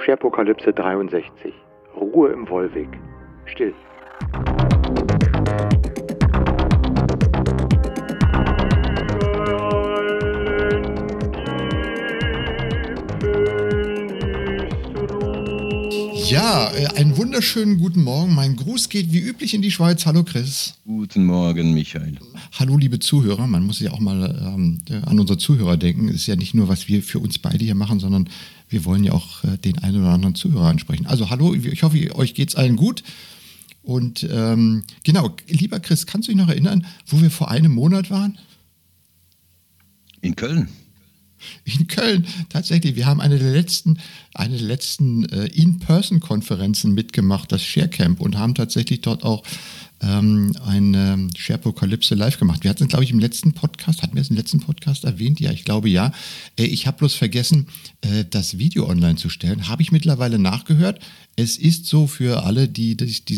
Sherpokalypse 63. Ruhe im Wollweg. Still. Ja, einen wunderschönen guten Morgen. Mein Gruß geht wie üblich in die Schweiz. Hallo Chris. Guten Morgen, Michael. Hallo liebe Zuhörer. Man muss ja auch mal an unsere Zuhörer denken. Es ist ja nicht nur, was wir für uns beide hier machen, sondern wir wollen ja auch den einen oder anderen Zuhörer ansprechen. Also hallo, ich hoffe, euch geht's allen gut. Und genau, lieber Chris, kannst du dich noch erinnern, wo wir vor einem Monat waren? In Köln. In Köln, tatsächlich. Wir haben eine der letzten In-Person-Konferenzen mitgemacht, das ShareCamp, und haben tatsächlich dort auch eine Sherpokalypse live gemacht. Wir hatten es, glaube ich, hatten wir es im letzten Podcast erwähnt? Ja, ich glaube ja. Ich habe bloß vergessen, das Video online zu stellen. Habe ich mittlerweile nachgehört. Es ist so für alle, die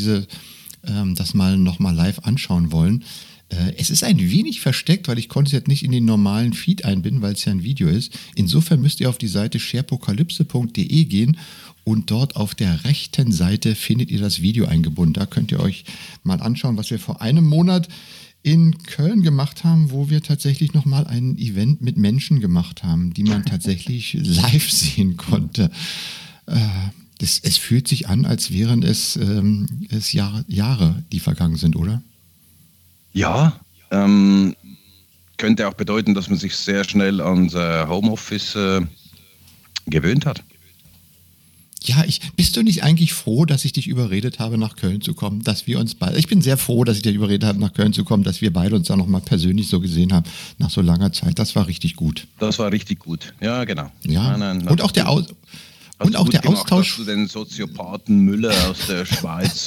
das mal nochmal live anschauen wollen. Es ist ein wenig versteckt, weil ich konnte es jetzt nicht in den normalen Feed einbinden, weil es ja ein Video ist. Insofern müsst ihr auf die Seite sherpokalypse.de gehen und dort auf der rechten Seite findet ihr das Video eingebunden. Da könnt ihr euch mal anschauen, was wir vor einem Monat in Köln gemacht haben, wo wir tatsächlich nochmal ein Event mit Menschen gemacht haben, die man tatsächlich live sehen konnte. Es fühlt sich an, als wären es Jahre, die vergangen sind, oder? Ja, könnte auch bedeuten, dass man sich sehr schnell ans Homeoffice gewöhnt hat. Ja, bist du nicht eigentlich froh, dass ich dich überredet habe, nach Köln zu kommen, dass wir uns beide, ich bin sehr froh, dass ich dich überredet habe, nach Köln zu kommen, dass wir beide uns da nochmal persönlich so gesehen haben, nach so langer Zeit. Das war richtig gut. Das war richtig gut, ja, genau. Ja, nein, und auch der Austausch. Dass du den Soziopathen Müller aus der Schweiz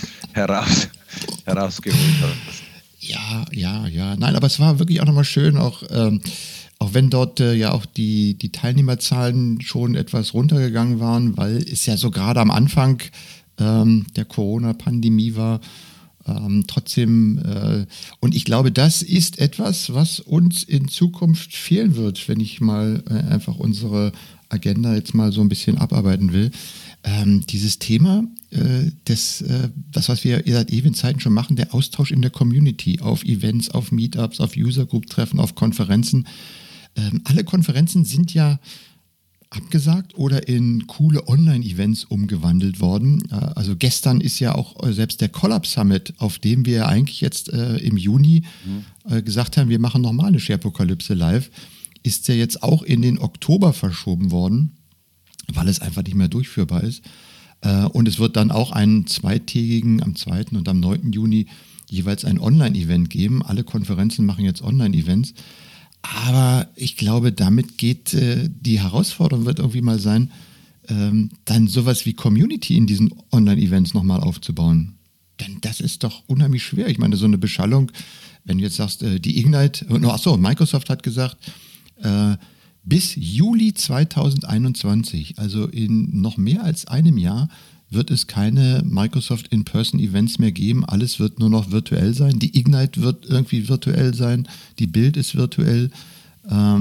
herausgeholt hast. Ja. Nein, aber es war wirklich auch nochmal schön, auch wenn dort ja auch die Teilnehmerzahlen schon etwas runtergegangen waren, weil es ja so gerade am Anfang der Corona-Pandemie war. Trotzdem, und ich glaube, das ist etwas, was uns in Zukunft fehlen wird, wenn ich mal einfach unsere Agenda jetzt mal so ein bisschen abarbeiten will. Dieses Thema, das, was wir seit ewigen Zeiten schon machen, der Austausch in der Community, auf Events, auf Meetups, auf User-Group-Treffen, auf Konferenzen. Alle Konferenzen sind ja abgesagt oder in coole Online-Events umgewandelt worden. Also gestern ist ja auch selbst der Collab Summit, auf dem wir eigentlich jetzt im Juni gesagt haben, wir machen nochmal eine Sherpokalypse live, ist ja jetzt auch in den Oktober verschoben worden, weil es einfach nicht mehr durchführbar ist. Und es wird dann auch einen zweitägigen, am 2. und am 9. Juni jeweils ein Online-Event geben. Alle Konferenzen machen jetzt Online-Events. Aber ich glaube, damit geht die Herausforderung wird irgendwie mal sein, dann sowas wie Community in diesen Online-Events nochmal aufzubauen. Denn das ist doch unheimlich schwer. Ich meine, so eine Beschallung, wenn du jetzt sagst, die Ignite, Microsoft hat gesagt, bis Juli 2021, also in noch mehr als einem Jahr, wird es keine Microsoft In-Person-Events mehr geben. Alles wird nur noch virtuell sein. Die Ignite wird irgendwie virtuell sein. Die Build ist virtuell. Da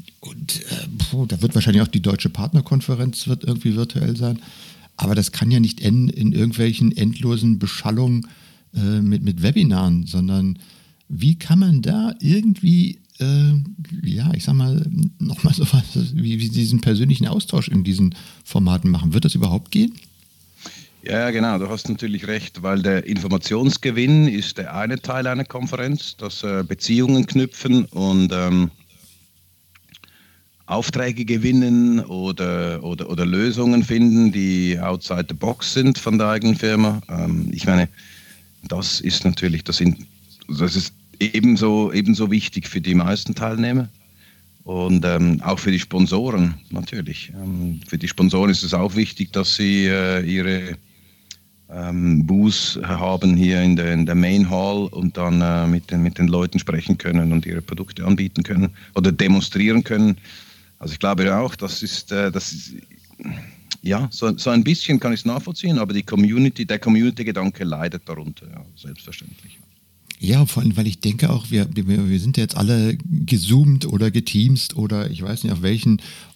wird wahrscheinlich auch die Deutsche Partnerkonferenz wird irgendwie virtuell sein. Aber das kann ja nicht enden in irgendwelchen endlosen Beschallungen mit Webinaren, sondern wie kann man da irgendwie ich sag mal, nochmal so was wie diesen persönlichen Austausch in diesen Formaten machen? Wird das überhaupt gehen? Ja, genau, du hast natürlich recht, weil der Informationsgewinn ist der eine Teil einer Konferenz, das Beziehungen knüpfen und Aufträge gewinnen oder Lösungen finden, die outside the box sind von der eigenen Firma. Ich meine, das ist natürlich, das ist ebenso wichtig für die meisten Teilnehmer und auch für die Sponsoren natürlich. Für die Sponsoren ist es auch wichtig, dass sie ihre Booths haben hier in der Main Hall und dann mit den Leuten sprechen können und ihre Produkte anbieten können oder demonstrieren können. Also ich glaube auch, das ist ja, so ein bisschen kann ich es nachvollziehen, aber der Community-Gedanke leidet darunter, ja, selbstverständlich. Ja, vor allem, weil ich denke auch, wir sind ja jetzt alle gezoomt oder geteamst oder ich weiß nicht auf welchen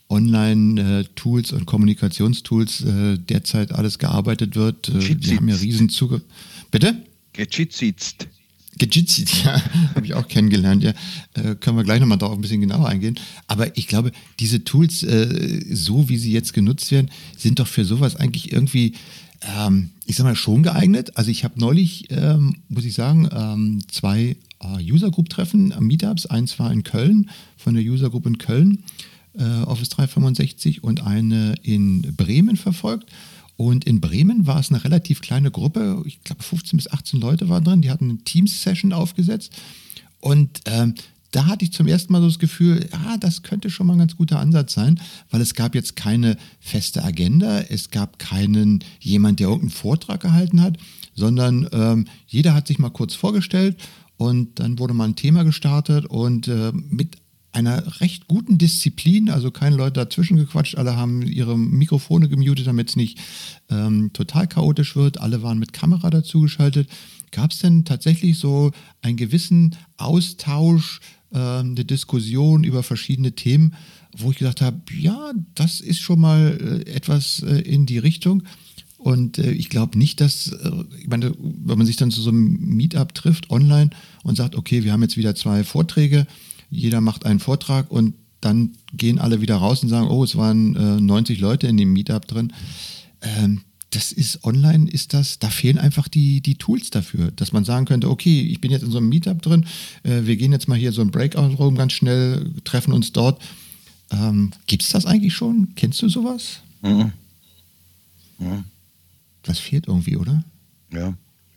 Online-Tools und Kommunikationstools derzeit alles gearbeitet wird. Die haben ja riesen Zugriff. Bitte? Gejitzt. Gejitzt, ja, habe ich auch kennengelernt, ja. Können wir gleich nochmal darauf ein bisschen genauer eingehen. Aber ich glaube, diese Tools, so wie sie jetzt genutzt werden, sind doch für sowas eigentlich irgendwie, ich sag mal, schon geeignet. Also ich habe neulich, muss ich sagen, 2 User-Group-Treffen, Meetups. Eins war in Köln, von der User-Group in Köln, Office 365, und eine in Bremen verfolgt. Und in Bremen war es eine relativ kleine Gruppe, ich glaube 15 bis 18 Leute waren drin, die hatten eine Teams-Session aufgesetzt. Und da hatte ich zum ersten Mal so das Gefühl, ja, das könnte schon mal ein ganz guter Ansatz sein, weil es gab jetzt keine feste Agenda, es gab keinen jemand, der irgendeinen Vortrag gehalten hat, sondern jeder hat sich mal kurz vorgestellt und dann wurde mal ein Thema gestartet und mit einer recht guten Disziplin, also keine Leute dazwischen gequatscht, alle haben ihre Mikrofone gemutet, damit es nicht total chaotisch wird, alle waren mit Kamera dazugeschaltet. Gab es denn tatsächlich so einen gewissen Austausch, eine Diskussion über verschiedene Themen, wo ich gedacht habe, ja, das ist schon mal etwas in die Richtung. Und ich glaube nicht, dass, ich meine, wenn man sich dann zu so einem Meetup trifft online und sagt, okay, wir haben jetzt wieder 2 Vorträge, jeder macht einen Vortrag und dann gehen alle wieder raus und sagen, oh, es waren 90 Leute in dem Meetup drin. Das ist online, da fehlen einfach die Tools dafür, dass man sagen könnte, okay, ich bin jetzt in so einem Meetup drin, wir gehen jetzt mal hier so ein Breakout-Room ganz schnell, treffen uns dort. Gibt es das eigentlich schon? Kennst du sowas? Mhm. Ja. Das fehlt irgendwie, oder? Ja.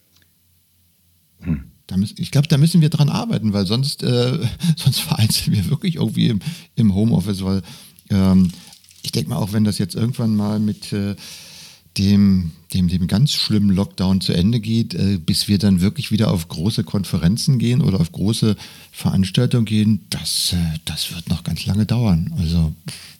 Ich glaube, da müssen wir dran arbeiten, weil sonst vereinzeln wir wirklich irgendwie im Homeoffice, weil ich denke mal, auch wenn das jetzt irgendwann mal mit dem ganz schlimmen Lockdown zu Ende geht, bis wir dann wirklich wieder auf große Konferenzen gehen oder auf große Veranstaltungen gehen, das wird noch ganz lange dauern. Also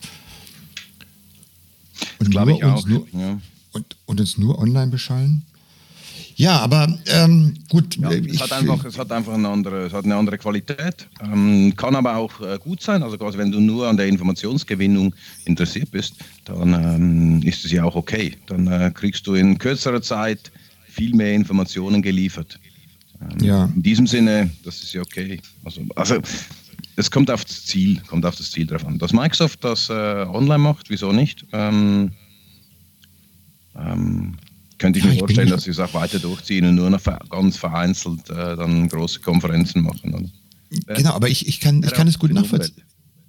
und glaube ich auch. Und uns nur online beschallen? Ja, aber gut. Ja, es hat einfach eine andere Qualität. Kann aber auch gut sein. Also quasi, wenn du nur an der Informationsgewinnung interessiert bist, dann ist es ja auch okay. Dann kriegst du in kürzerer Zeit viel mehr Informationen geliefert. In diesem Sinne, das ist ja okay. Also es kommt auf das Ziel drauf an. Dass Microsoft das online macht, wieso nicht? Könnte ich mir vorstellen, dass sie es auch weiter durchziehen und nur noch ganz vereinzelt dann große Konferenzen machen. Oder? Genau, aber ich kann es gut nachvollziehen.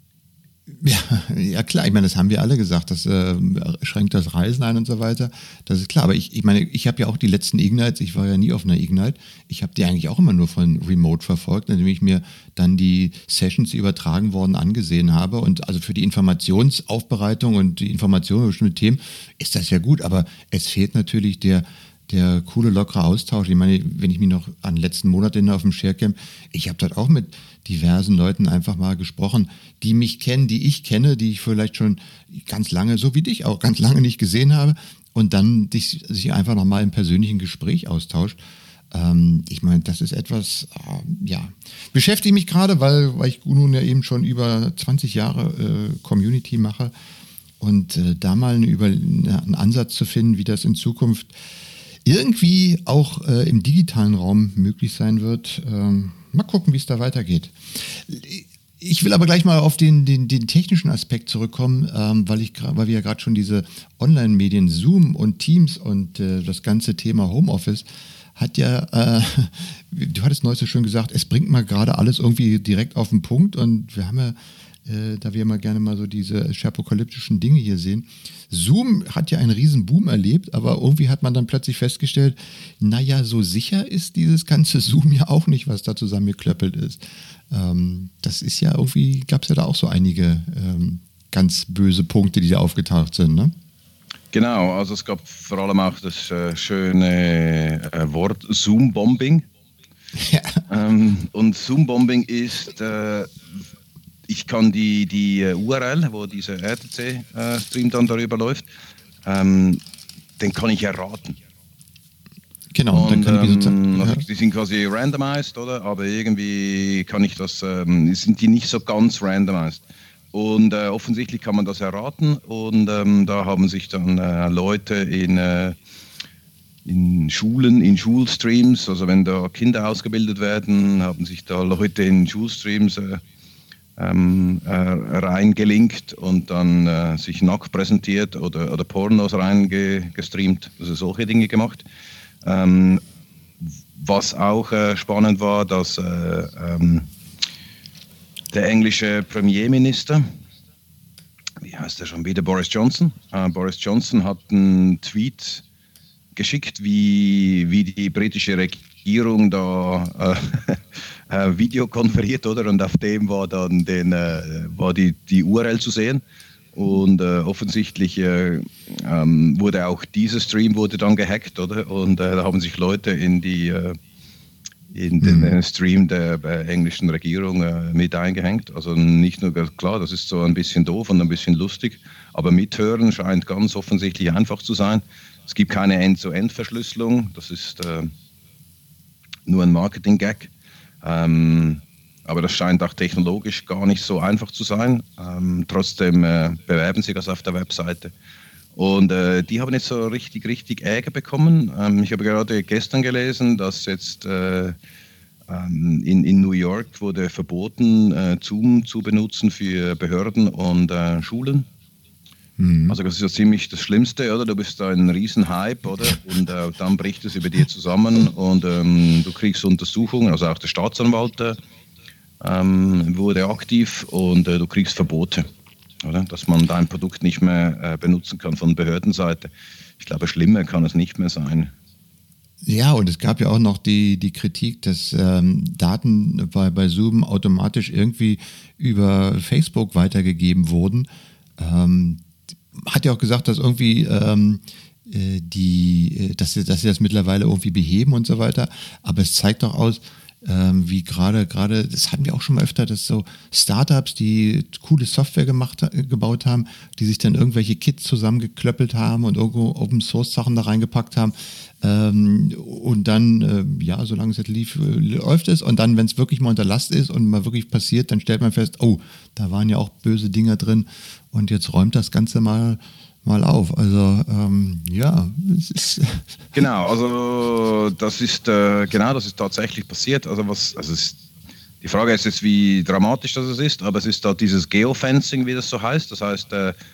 Ja, klar, ich meine, das haben wir alle gesagt, das schränkt das Reisen ein und so weiter, das ist klar, aber ich meine, ich habe ja auch die letzten Ignites, ich war ja nie auf einer Ignite, ich habe die eigentlich auch immer nur von Remote verfolgt, indem ich mir dann die Sessions, die übertragen worden, angesehen habe und also für die Informationsaufbereitung und die Information über bestimmte Themen ist das ja gut, aber es fehlt natürlich der coole, lockere Austausch. Ich meine, wenn ich mich noch an letzten Monat auf dem Sharecamp, ich habe dort auch mit diversen Leuten einfach mal gesprochen, die mich kennen, die ich kenne, die ich vielleicht schon ganz lange, so wie dich auch, ganz lange nicht gesehen habe und dann sich einfach nochmal im persönlichen Gespräch austauscht. Ich meine, das ist etwas, beschäftige mich gerade, weil ich nun ja eben schon über 20 Jahre Community mache und da mal einen Ansatz zu finden, wie das in Zukunft irgendwie auch im digitalen Raum möglich sein wird. Mal gucken, wie es da weitergeht. Ich will aber gleich mal auf den technischen Aspekt zurückkommen, weil wir ja gerade schon diese Online-Medien Zoom und Teams und das ganze Thema Homeoffice hat ja, du hattest neulich so schön gesagt, es bringt mal gerade alles irgendwie direkt auf den Punkt und wir haben ja, da wir mal gerne mal so diese apokalyptischen Dinge hier sehen. Zoom hat ja einen riesen Boom erlebt, aber irgendwie hat man dann plötzlich festgestellt, naja, so sicher ist dieses ganze Zoom ja auch nicht, was da zusammengeklöppelt ist. Das ist ja irgendwie, gab es ja da auch so einige ganz böse Punkte, die da aufgetaucht sind, ne? Genau, also es gab vor allem auch das schöne Wort Zoom-Bombing. Ja. Und Zoom-Bombing ist... ich kann die URL, wo dieser RTC-Stream dann darüber läuft, den kann ich erraten. Genau, und, dann kann ich sozusagen, also die sind quasi randomized, oder? Aber irgendwie kann ich das, sind die nicht so ganz randomized. Und offensichtlich kann man das erraten. Und da haben sich dann Leute in Schulen, in Schulstreams, also wenn da Kinder ausgebildet werden, haben sich da Leute in Schulstreams reingelinkt und dann sich nackt präsentiert oder Pornos reingestreamt, also solche Dinge gemacht. Was auch spannend war, dass der englische Premierminister, wie heißt der schon wieder, Boris Johnson hat einen Tweet geschickt, wie die britische Regierung da Videokonferiert, oder? Und auf dem war dann war die URL zu sehen. Und offensichtlich wurde auch dieser Stream wurde dann gehackt, oder? Und da haben sich Leute in den Stream der englischen Regierung mit eingehängt. Also nicht nur, klar, das ist so ein bisschen doof und ein bisschen lustig, aber mithören scheint ganz offensichtlich einfach zu sein. Es gibt keine End-to-End-Verschlüsselung, das ist nur ein Marketing-Gag. Aber das scheint auch technologisch gar nicht so einfach zu sein. Trotzdem bewerben sie das auf der Webseite. Und die haben jetzt so richtig Ärger bekommen. Ich habe gerade gestern gelesen, dass jetzt in New York wurde verboten, Zoom zu benutzen für Behörden und Schulen. Also das ist ja ziemlich das Schlimmste, oder? Du bist da ein Riesenhype, oder? Und dann bricht es über dir zusammen und du kriegst Untersuchungen, also auch der Staatsanwalt wurde aktiv und du kriegst Verbote, oder? Dass man dein Produkt nicht mehr benutzen kann von Behördenseite. Ich glaube, schlimmer kann es nicht mehr sein. Ja, und es gab ja auch noch die Kritik, dass Daten bei Zoom automatisch irgendwie über Facebook weitergegeben wurden. Hat ja auch gesagt, dass irgendwie dass sie das mittlerweile irgendwie beheben und so weiter. Aber es zeigt doch aus, wie gerade, das hatten wir auch schon mal öfter, dass so Startups, die coole Software gebaut haben, die sich dann irgendwelche Kits zusammengeklöppelt haben und irgendwo Open-Source-Sachen da reingepackt haben. Und dann, solange es jetzt lief, läuft es. Und dann, wenn es wirklich mal unter Last ist und mal wirklich passiert, dann stellt man fest, oh, da waren ja auch böse Dinger drin. Und jetzt räumt das Ganze mal auf. Also es ist genau, also das ist tatsächlich passiert. Die Frage ist jetzt, wie dramatisch das ist, aber es ist da dieses Geofencing, wie das so heißt. Das heißt,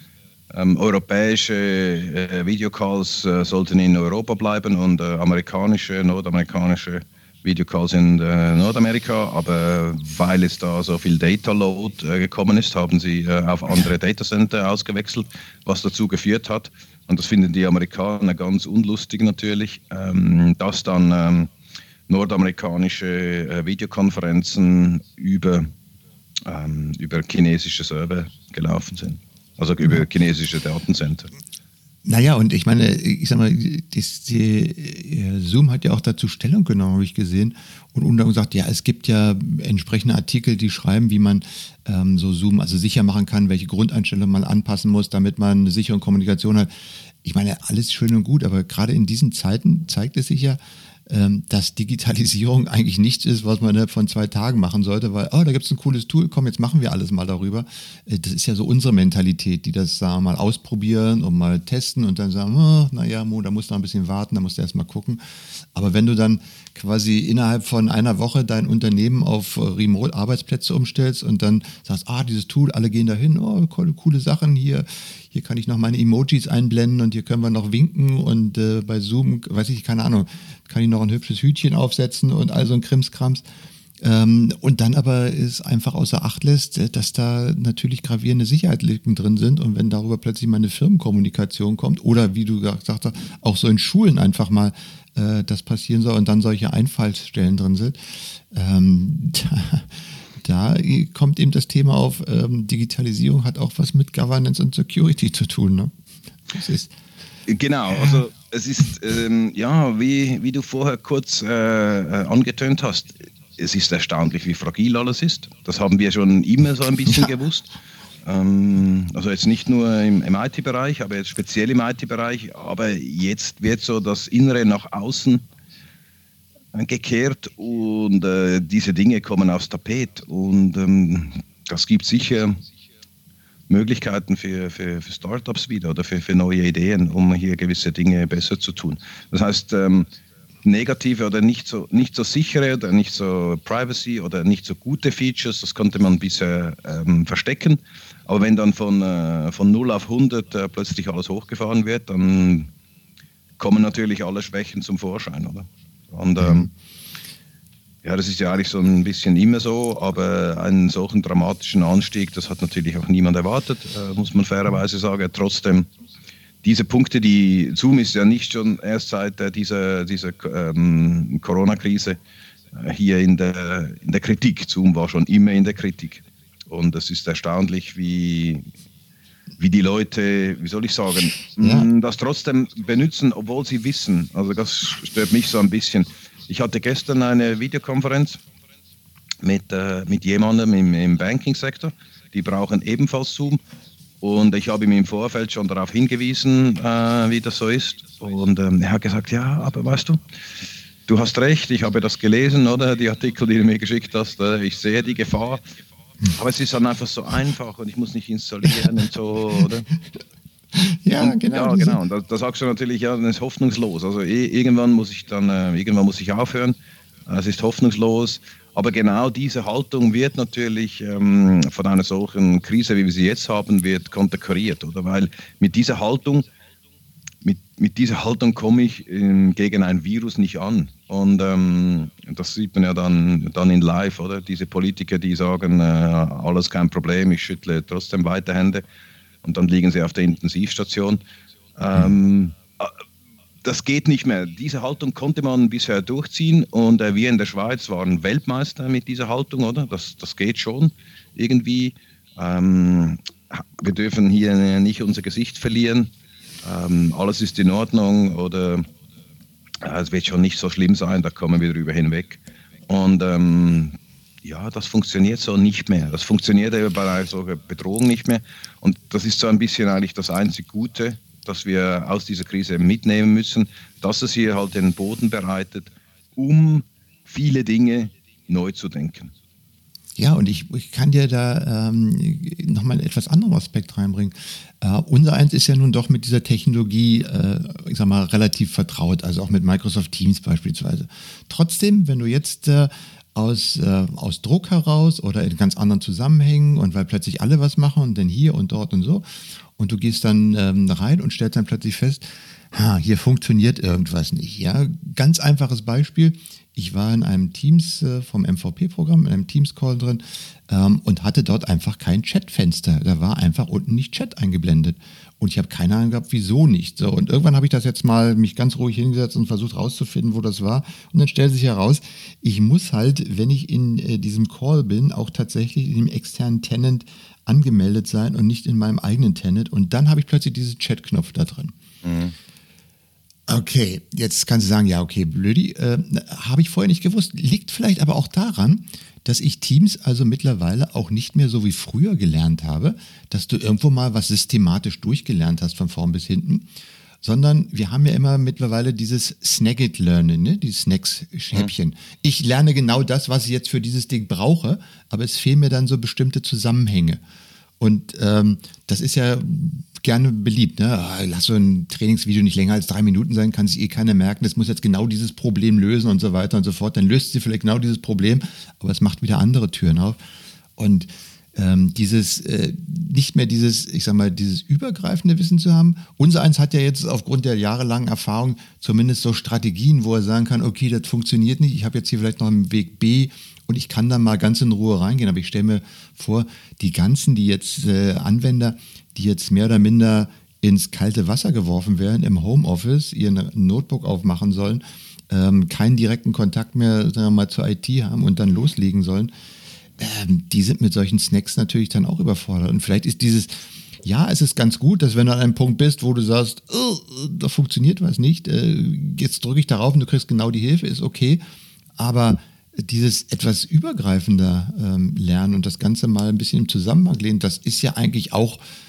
europäische Videocalls sollten in Europa bleiben und nordamerikanische Videocalls in Nordamerika, aber weil es da so viel Data Load gekommen ist, haben sie auf andere Datacenter ausgewechselt, was dazu geführt hat, und das finden die Amerikaner ganz unlustig natürlich, dass dann nordamerikanische Videokonferenzen über chinesische Server gelaufen sind, also über chinesische Datencenter. Naja, und ich meine, ich sag mal, Zoom hat ja auch dazu Stellung genommen, habe ich gesehen, und unter anderem gesagt, ja, es gibt ja entsprechende Artikel, die schreiben, wie man so Zoom also sicher machen kann, welche Grundeinstellungen man anpassen muss, damit man eine sichere Kommunikation hat. Ich meine, alles schön und gut, aber gerade in diesen Zeiten zeigt es sich ja, dass Digitalisierung eigentlich nichts ist, was man innerhalb von 2 Tagen machen sollte, weil, da gibt es ein cooles Tool, komm, jetzt machen wir alles mal darüber. Das ist ja so unsere Mentalität, die das mal ausprobieren und mal testen und dann sagen, da musst du noch ein bisschen warten, da musst du erst mal gucken. Aber wenn du dann quasi innerhalb von einer Woche dein Unternehmen auf Remote-Arbeitsplätze umstellst und dann sagst, dieses Tool, alle gehen dahin, coole Sachen, hier kann ich noch meine Emojis einblenden und hier können wir noch winken und bei Zoom, weiß ich, keine Ahnung, kann ich noch ein hübsches Hütchen aufsetzen und all so ein Krimskrams. Und dann aber ist einfach außer Acht lässt, dass da natürlich gravierende Sicherheitslücken drin sind, und wenn darüber plötzlich mal eine Firmenkommunikation kommt oder wie du gesagt hast, auch so in Schulen einfach mal das passieren soll und dann solche Einfallsstellen drin sind, da kommt eben das Thema auf, Digitalisierung hat auch was mit Governance und Security zu tun. Ne? Das ist genau, also es ist, wie du vorher kurz angetönt hast, es ist erstaunlich, wie fragil alles ist. Das haben wir schon immer so ein bisschen gewusst. Also jetzt nicht nur im IT-Bereich, aber jetzt speziell im IT-Bereich. Aber jetzt wird so das Innere nach außen gekehrt und diese Dinge kommen aufs Tapet. Und das gibt sicher Möglichkeiten für Startups wieder oder für neue Ideen, um hier gewisse Dinge besser zu tun. Das heißt, negative oder nicht so sichere oder nicht so Privacy oder nicht so gute Features, das konnte man bisher verstecken. Aber wenn dann von 0 auf 100 plötzlich alles hochgefahren wird, dann kommen natürlich alle Schwächen zum Vorschein, oder? Und ja, das ist ja eigentlich so ein bisschen immer so, aber einen solchen dramatischen Anstieg, das hat natürlich auch niemand erwartet, muss man fairerweise sagen. Trotzdem, diese Punkte, die Zoom ist ja nicht schon erst seit dieser Corona-Krise hier in der Kritik. Zoom war schon immer in der Kritik. Und es ist erstaunlich, wie die Leute, wie soll ich sagen, das trotzdem benutzen, obwohl sie wissen. Also das stört mich so ein bisschen. Ich hatte gestern eine Videokonferenz mit jemandem im Banking-Sektor. Die brauchen ebenfalls Zoom. Und ich habe ihm im Vorfeld schon darauf hingewiesen, wie das so ist. Und er hat gesagt, ja, aber weißt du hast recht, ich habe das gelesen, oder? Die Artikel, die du mir geschickt hast, ich sehe die Gefahr. Aber es ist dann einfach so einfach und ich muss nicht installieren und so, oder? Ja, genau. Ja, genau. Und da sagst du natürlich, ja, das ist hoffnungslos. Also irgendwann muss ich aufhören. Es ist hoffnungslos. Aber genau diese Haltung wird natürlich von einer solchen Krise, wie wir sie jetzt haben, wird konterkariert, oder? Weil mit dieser Haltung komme ich gegen ein Virus nicht an. Und das sieht man ja dann in live, oder? Diese Politiker, die sagen, alles kein Problem, ich schüttle trotzdem weiter Hände. Und dann liegen sie auf der Intensivstation. Das geht nicht mehr. Diese Haltung konnte man bisher durchziehen und wir in der Schweiz waren Weltmeister mit dieser Haltung, oder? Das geht schon irgendwie. Wir dürfen hier nicht unser Gesicht verlieren. Alles ist in Ordnung oder es wird schon nicht so schlimm sein, da kommen wir drüber hinweg. Und ja, das funktioniert so nicht mehr. Das funktioniert bei einer solchen Bedrohung nicht mehr. Und das ist so ein bisschen eigentlich das einzig Gute, das wir aus dieser Krise mitnehmen müssen, dass es hier halt den Boden bereitet, um viele Dinge neu zu denken. Ja, und ich kann dir da nochmal einen etwas anderen Aspekt reinbringen. Unser eins ist ja nun doch mit dieser Technologie, ich sag mal, relativ vertraut, also auch mit Microsoft Teams beispielsweise. Trotzdem, wenn du jetzt aus Druck heraus oder in ganz anderen Zusammenhängen und weil plötzlich alle was machen und dann hier und dort und so und du gehst dann rein und stellst dann plötzlich fest, hier funktioniert irgendwas nicht. Ja, ganz einfaches Beispiel. Ich war in einem Teams vom MVP-Programm, in einem Teams-Call drin und hatte dort einfach kein Chatfenster. Da war einfach unten nicht Chat eingeblendet. Und ich habe keine Ahnung gehabt, wieso nicht. So, und irgendwann habe ich das jetzt mal mich ganz ruhig hingesetzt und versucht rauszufinden, wo das war. Und dann stellt sich heraus, ich muss halt, wenn ich in diesem Call bin, auch tatsächlich in dem externen Tenant angemeldet sein und nicht in meinem eigenen Tenant. Und dann habe ich plötzlich diesen Chat-Knopf da drin. Mhm. Okay, jetzt kannst du sagen, ja, okay, blödi, habe ich vorher nicht gewusst. Liegt vielleicht aber auch daran, dass ich Teams also mittlerweile auch nicht mehr so wie früher gelernt habe, dass du irgendwo mal was systematisch durchgelernt hast von vorn bis hinten, sondern wir haben ja immer mittlerweile dieses Snagit-Learning, ne? Dieses Snacks-Häppchen. Ich lerne genau das, was ich jetzt für dieses Ding brauche, aber es fehlen mir dann so bestimmte Zusammenhänge. Und das ist ja gerne beliebt. Ne? Lass so ein Trainingsvideo nicht länger als 3 Minuten sein, kann sich keiner merken. Das muss jetzt genau dieses Problem lösen und so weiter und so fort. Dann löst sie vielleicht genau dieses Problem, aber es macht wieder andere Türen auf. Und nicht mehr dieses, ich sag mal, dieses übergreifende Wissen zu haben. Unser eins hat ja jetzt aufgrund der jahrelangen Erfahrung zumindest so Strategien, wo er sagen kann, okay, das funktioniert nicht, ich habe jetzt hier vielleicht noch einen Weg B und ich kann da mal ganz in Ruhe reingehen. Aber ich stelle mir vor, die ganzen, die jetzt Anwender, die jetzt mehr oder minder ins kalte Wasser geworfen werden, im Homeoffice, ihren Notebook aufmachen sollen, keinen direkten Kontakt mehr, sagen wir mal, zur IT haben und dann loslegen sollen, die sind mit solchen Snacks natürlich dann auch überfordert. Und vielleicht ist ja, es ist ganz gut, dass wenn du an einem Punkt bist, wo du sagst, da funktioniert was nicht, jetzt drücke ich darauf und du kriegst genau die Hilfe, ist okay. Aber dieses etwas übergreifender Lernen und das Ganze mal ein bisschen im Zusammenhang lehnen, das ist ja eigentlich auch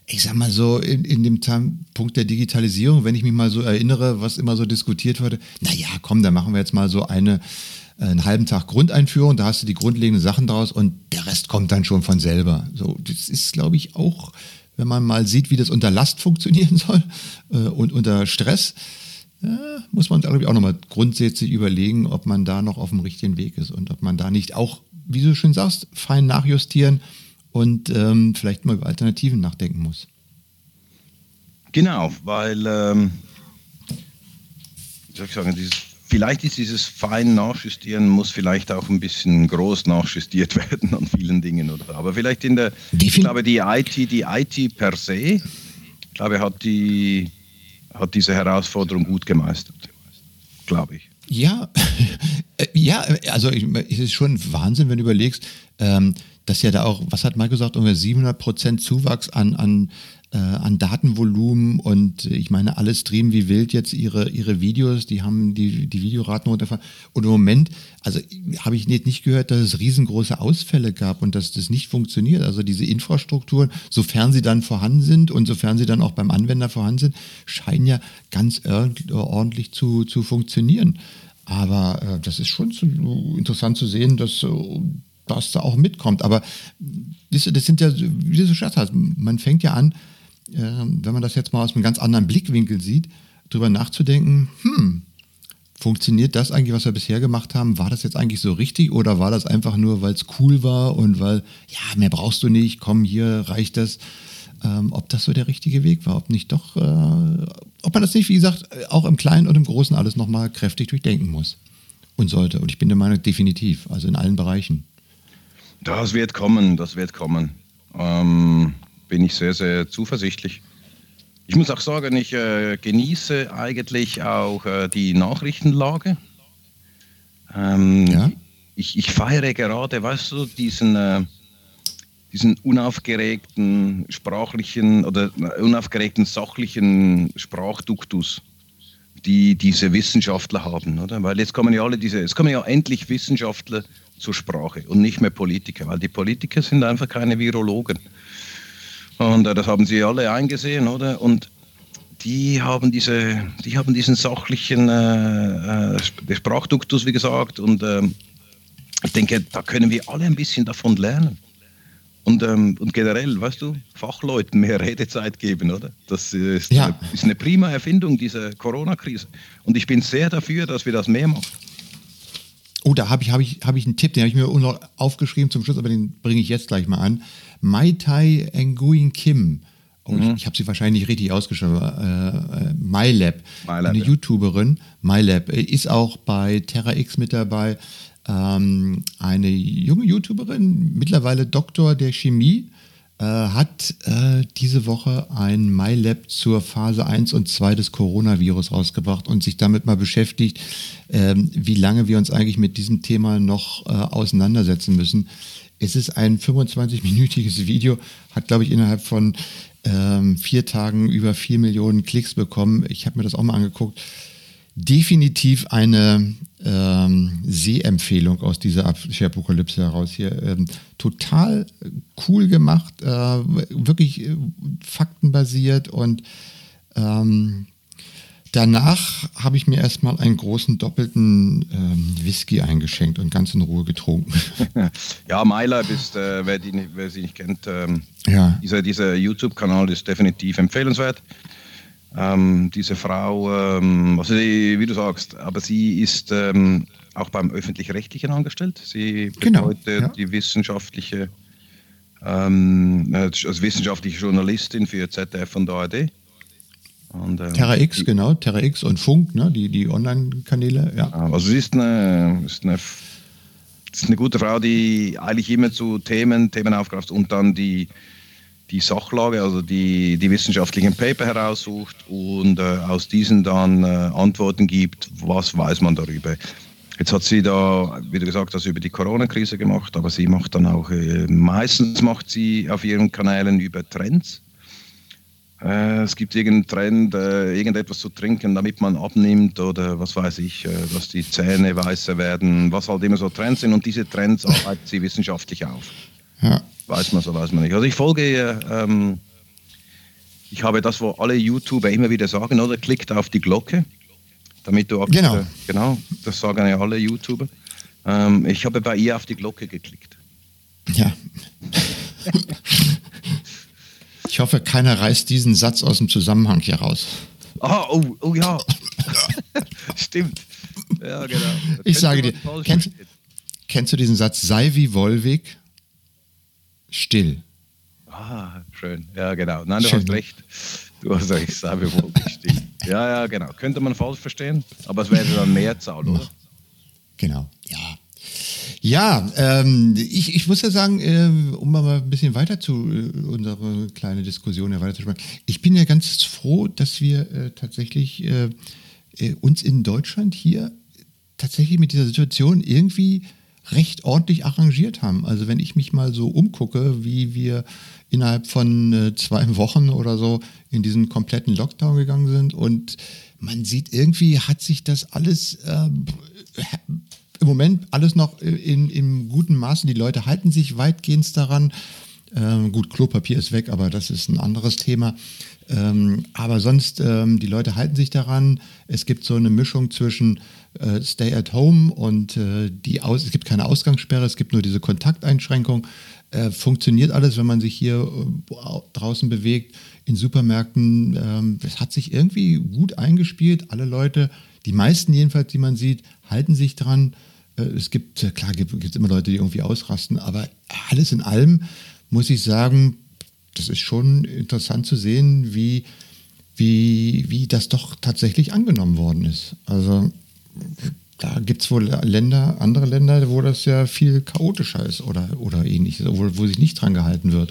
ich sag mal so, in dem Punkt der Digitalisierung, wenn ich mich mal so erinnere, was immer so diskutiert wurde, naja, komm, dann machen wir jetzt mal so einen halben Tag Grundeinführung, da hast du die grundlegenden Sachen draus und der Rest kommt dann schon von selber. So, das ist, glaube ich, auch, wenn man mal sieht, wie das unter Last funktionieren soll und unter Stress, muss man, glaube ich, auch nochmal grundsätzlich überlegen, ob man da noch auf dem richtigen Weg ist und ob man da nicht auch, wie du schon sagst, fein nachjustieren und vielleicht mal über Alternativen nachdenken muss. Genau, weil, wie soll ich sagen, vielleicht ist dieses fein Nachjustieren, muss vielleicht auch ein bisschen groß nachjustiert werden an vielen Dingen. Oder? Aber vielleicht ich glaube, die IT per se, ich glaube, hat diese Herausforderung gut gemeistert, glaube ich. Ja, ja, also es ist schon Wahnsinn, wenn du überlegst, dass ja da auch, was hat Microsoft, ungefähr 700% Zuwachs an Datenvolumen und ich meine, alle streamen wie wild jetzt ihre Videos, die haben die Videoraten runterfahren und im Moment, also habe ich nicht gehört, dass es riesengroße Ausfälle gab und dass das nicht funktioniert, also diese Infrastrukturen, sofern sie dann vorhanden sind und sofern sie dann auch beim Anwender vorhanden sind, scheinen ja ganz ordentlich zu funktionieren, aber das ist schon interessant zu sehen, dass was da auch mitkommt. Aber das sind ja, wie du so Schatz hast, man fängt ja an, wenn man das jetzt mal aus einem ganz anderen Blickwinkel sieht, drüber nachzudenken, funktioniert das eigentlich, was wir bisher gemacht haben? War das jetzt eigentlich so richtig oder war das einfach nur, weil es cool war und weil, ja, mehr brauchst du nicht, komm, hier reicht das. Ob das so der richtige Weg war, ob nicht doch, ob man das nicht, wie gesagt, auch im Kleinen und im Großen alles nochmal kräftig durchdenken muss und sollte. Und ich bin der Meinung, definitiv, also in allen Bereichen. Das wird kommen. Bin ich sehr, sehr zuversichtlich. Ich muss auch sagen, ich genieße eigentlich auch die Nachrichtenlage. Ja? Ich feiere gerade, weißt du, diesen unaufgeregten sprachlichen oder unaufgeregten sachlichen Sprachduktus, die diese Wissenschaftler haben, oder? Weil jetzt kommen ja endlich Wissenschaftler zur Sprache und nicht mehr Politiker, weil die Politiker sind einfach keine Virologen. Und das haben sie alle eingesehen, oder? Und die haben diesen sachlichen Sprachduktus, wie gesagt, und ich denke, da können wir alle ein bisschen davon lernen. Und generell, weißt du, Fachleuten mehr Redezeit geben, oder? Das ist eine prima Erfindung, diese Corona-Krise. Und ich bin sehr dafür, dass wir das mehr machen. Oh, da habe ich einen Tipp, den habe ich mir noch aufgeschrieben zum Schluss, aber den bringe ich jetzt gleich mal an. Mai Tai Nguyen Kim. Oh, ich habe sie wahrscheinlich nicht richtig ausgeschrieben. MyLab, eine YouTuberin. MyLab ist auch bei TerraX mit dabei. Eine junge YouTuberin, mittlerweile Doktor der Chemie, hat diese Woche ein MyLab zur Phase 1 und 2 des Coronavirus rausgebracht und sich damit mal beschäftigt, wie lange wir uns eigentlich mit diesem Thema noch auseinandersetzen müssen. Es ist ein 25-minütiges Video, hat, glaube ich, innerhalb von 4 Tagen über 4 Millionen Klicks bekommen. Ich habe mir das auch mal angeguckt. Definitiv eine Sehempfehlung aus dieser Apokalypse heraus hier. Total cool gemacht, wirklich faktenbasiert und danach habe ich mir erstmal einen großen doppelten Whisky eingeschenkt und ganz in Ruhe getrunken. Ja, MyLab ist, wer sie nicht kennt, ja. Dieser YouTube-Kanal ist definitiv empfehlenswert. Diese Frau, wie du sagst, aber sie ist auch beim Öffentlich-Rechtlichen angestellt. Sie betreut die wissenschaftliche, als wissenschaftliche Journalistin für ZDF und ARD. Und, TerraX, genau, TerraX und Funk, ne, die Online-Kanäle. Ja. Also sie ist eine gute Frau, die eigentlich immer zu Themen aufgreift und dann die Sachlage, also die wissenschaftlichen Paper heraussucht und aus diesen dann Antworten gibt, was weiß man darüber. Jetzt hat sie da, wie du gesagt hast, über die Corona-Krise gemacht, aber sie macht dann auch, meistens macht sie auf ihren Kanälen über Trends. Es gibt irgendeinen Trend, irgendetwas zu trinken, damit man abnimmt oder was weiß ich, dass die Zähne weißer werden, was halt immer so Trends sind und diese Trends arbeitet sie wissenschaftlich auf. Ja. Weiß man nicht. Also ich folge ihr Ich habe das, wo alle YouTuber immer wieder sagen, oder? Klickt auf die Glocke, damit du... Genau, das sagen ja alle YouTuber. Ich habe bei ihr auf die Glocke geklickt. Ja. Ich hoffe, keiner reißt diesen Satz aus dem Zusammenhang hier raus. Oh ja. Stimmt. Ja, genau. Ich sage dir, kennst du diesen Satz, sei wie Wolwig, still? Schön. Ja, genau. Nein, du hast recht. Du hast recht, sei wie Wolwig, still. Ja, genau. Könnte man falsch verstehen, aber es wäre dann Mehrzahl, oder? Genau, ja. Ja, ich muss ja sagen, um mal ein bisschen weiter zu unsere kleine Diskussion hier weiterzuspielen. Ich bin ja ganz froh, dass wir tatsächlich uns in Deutschland hier tatsächlich mit dieser Situation irgendwie recht ordentlich arrangiert haben. Also wenn ich mich mal so umgucke, wie wir innerhalb von 2 Wochen oder so in diesen kompletten Lockdown gegangen sind und man sieht, irgendwie hat sich das alles im Moment alles noch in gutem Maße. Die Leute halten sich weitgehend daran. Gut, Klopapier ist weg, aber das ist ein anderes Thema. Aber sonst, die Leute halten sich daran. Es gibt so eine Mischung zwischen Stay at Home und es gibt keine Ausgangssperre, es gibt nur diese Kontakteinschränkung. Funktioniert alles, wenn man sich hier draußen bewegt, in Supermärkten. Es hat sich irgendwie gut eingespielt. Alle Leute, die meisten jedenfalls, die man sieht, halten sich dran. Es gibt immer Leute, die irgendwie ausrasten, aber alles in allem muss ich sagen, das ist schon interessant zu sehen, wie das doch tatsächlich angenommen worden ist. Also da gibt es wohl andere Länder, wo das ja viel chaotischer ist oder ähnliches, wo sich nicht dran gehalten wird.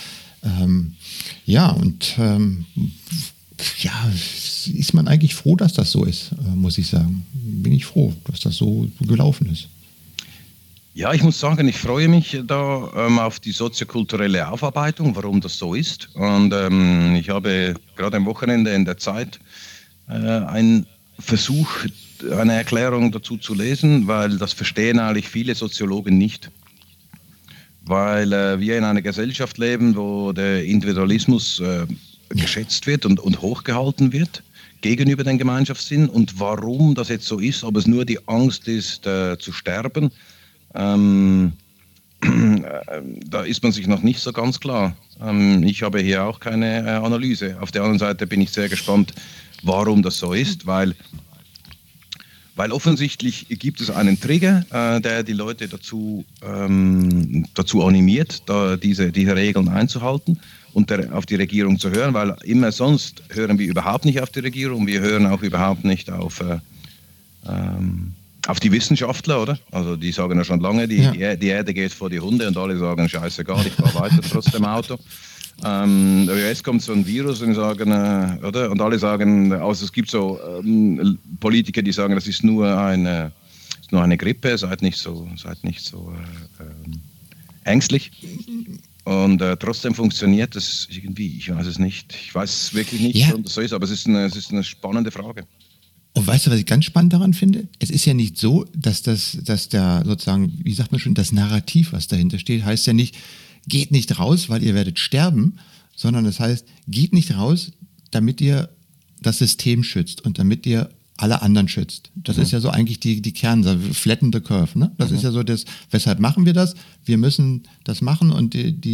Ist man eigentlich froh, dass das so ist, muss ich sagen. Bin ich froh, dass das so gelaufen ist. Ja, ich muss sagen, ich freue mich da auf die soziokulturelle Aufarbeitung, warum das so ist. Und ich habe gerade am Wochenende in der Zeit einen Versuch, eine Erklärung dazu zu lesen, weil das verstehen eigentlich viele Soziologen nicht. Weil wir in einer Gesellschaft leben, wo der Individualismus geschätzt wird und hochgehalten wird gegenüber dem Gemeinschaftssinn. Und warum das jetzt so ist, ob es nur die Angst ist, zu sterben, da ist man sich noch nicht so ganz klar. Ich habe hier auch keine Analyse. Auf der anderen Seite bin ich sehr gespannt, warum das so ist, weil offensichtlich gibt es einen Trigger, der die Leute dazu animiert, diese Regeln einzuhalten und auf die Regierung zu hören, weil immer sonst hören wir überhaupt nicht auf die Regierung, wir hören auch überhaupt nicht auf die Wissenschaftler, oder? Also die sagen ja schon lange, die Erde geht vor die Hunde und alle sagen, scheißegal, ich fahre weiter trotzdem Auto. Aber jetzt kommt so ein Virus und sagen, oder? Und alle sagen, also es gibt so Politiker, die sagen, das ist nur eine Grippe, seid nicht so ängstlich. Und trotzdem funktioniert das irgendwie, ich weiß es nicht. Ich weiß wirklich nicht, warum das so ist, aber es ist eine spannende Frage. Und weißt du, was ich ganz spannend daran finde? Es ist ja nicht so, dass der sozusagen, wie sagt man schon, das Narrativ, was dahinter steht, heißt ja nicht, geht nicht raus, weil ihr werdet sterben, sondern es heißt, geht nicht raus, damit ihr das System schützt und damit ihr alle anderen schützt. Das ist ja so eigentlich die Kernsache, flatten the curve. Ne? Das ist ja so das, weshalb machen wir das? Wir müssen das machen und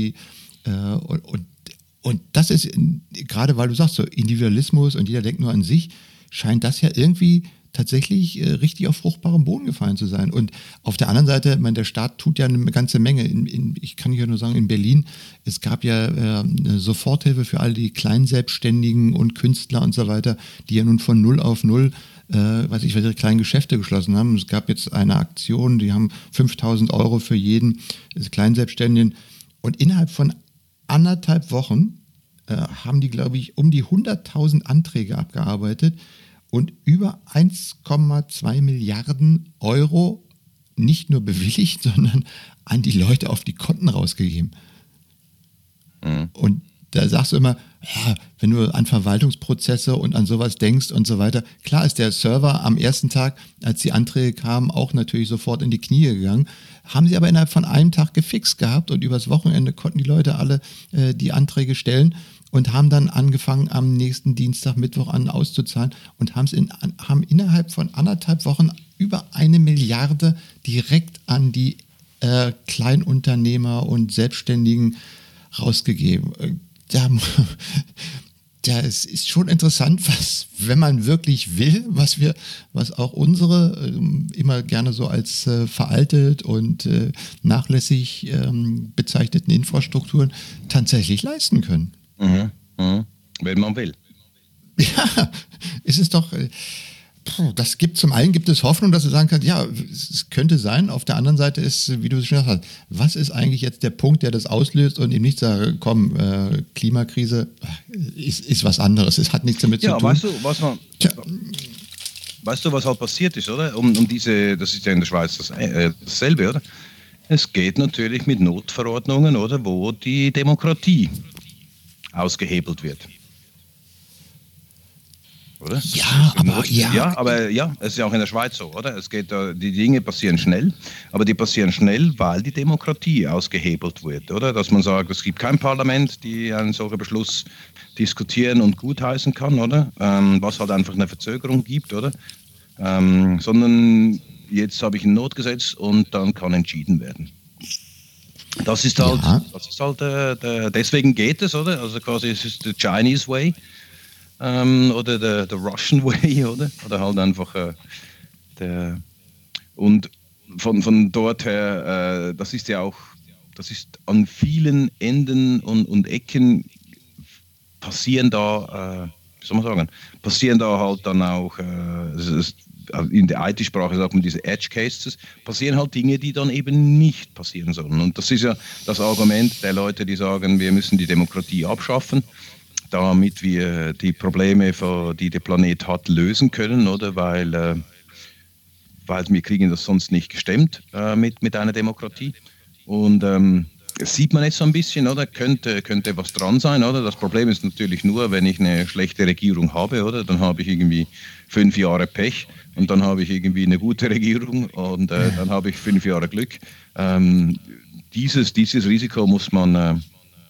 und das ist, gerade weil du sagst, so Individualismus und jeder denkt nur an sich, scheint das ja irgendwie tatsächlich richtig auf fruchtbarem Boden gefallen zu sein. Und auf der anderen Seite, der Staat tut ja eine ganze Menge. Ich kann ja nur sagen, in Berlin, es gab ja eine Soforthilfe für all die Kleinselbstständigen und Künstler und so weiter, die ja nun von 0 auf 0 ihre kleinen Geschäfte geschlossen haben. Es gab jetzt eine Aktion, die haben 5.000 € für jeden Kleinselbstständigen. Und innerhalb von 1,5 Wochen haben die, glaube ich, um die 100.000 Anträge abgearbeitet und über 1,2 Milliarden € nicht nur bewilligt, sondern an die Leute auf die Konten rausgegeben. Mhm. Und da sagst du immer, ja, wenn du an Verwaltungsprozesse und an sowas denkst und so weiter, klar ist der Server am ersten Tag, als die Anträge kamen, auch natürlich sofort in die Knie gegangen, haben sie aber innerhalb von einem Tag gefixt gehabt und übers Wochenende konnten die Leute alle die Anträge stellen und haben dann angefangen, am nächsten Dienstag, Mittwoch an auszuzahlen und haben innerhalb von 1,5 Wochen über 1 Milliarde direkt an die Kleinunternehmer und Selbstständigen rausgegeben. Es ist schon interessant, wenn man wirklich will, was auch unsere immer gerne so als veraltet und nachlässig bezeichneten Infrastrukturen tatsächlich leisten können. Wenn man will. Ja, es ist doch, zum einen gibt es Hoffnung, dass du sagen kannst, ja, es könnte sein. Auf der anderen Seite ist, wie du es schon gesagt hast, was ist eigentlich jetzt der Punkt, der das auslöst und eben nicht sagt, komm, Klimakrise ist was anderes. Es hat nichts damit zu tun. Ja, weißt du, was halt passiert ist, oder? Das ist ja in der Schweiz dasselbe, oder? Es geht natürlich mit Notverordnungen, oder, wo die Demokratie ausgehebelt wird. Oder? Es ist ja auch in der Schweiz so, oder? Die Dinge passieren schnell, aber die passieren schnell, weil die Demokratie ausgehebelt wird, oder? Dass man sagt, es gibt kein Parlament, die einen solchen Beschluss diskutieren und gutheißen kann, oder? Was halt einfach eine Verzögerung gibt, oder? Sondern jetzt habe ich ein Notgesetz und dann kann entschieden werden. Das ist halt, deswegen geht es, oder? Also quasi, es ist der Chinese Way. Oder der Russian Way, oder? Oder halt einfach und von dort her, das ist an vielen Enden und Ecken passieren da halt dann auch, in der IT-Sprache sagt man diese Edge Cases, passieren halt Dinge, die dann eben nicht passieren sollen. Und das ist ja das Argument der Leute, die sagen, wir müssen die Demokratie abschaffen, damit wir die Probleme, die der Planet hat, lösen können, oder? Weil wir kriegen das sonst nicht gestemmt mit einer Demokratie. Und das sieht man jetzt so ein bisschen, oder? Könnte was dran sein, oder? Das Problem ist natürlich nur, wenn ich eine schlechte Regierung habe, oder? Dann habe ich irgendwie 5 Jahre Pech und dann habe ich irgendwie eine gute Regierung und dann habe ich 5 Jahre Glück. Dieses Risiko muss man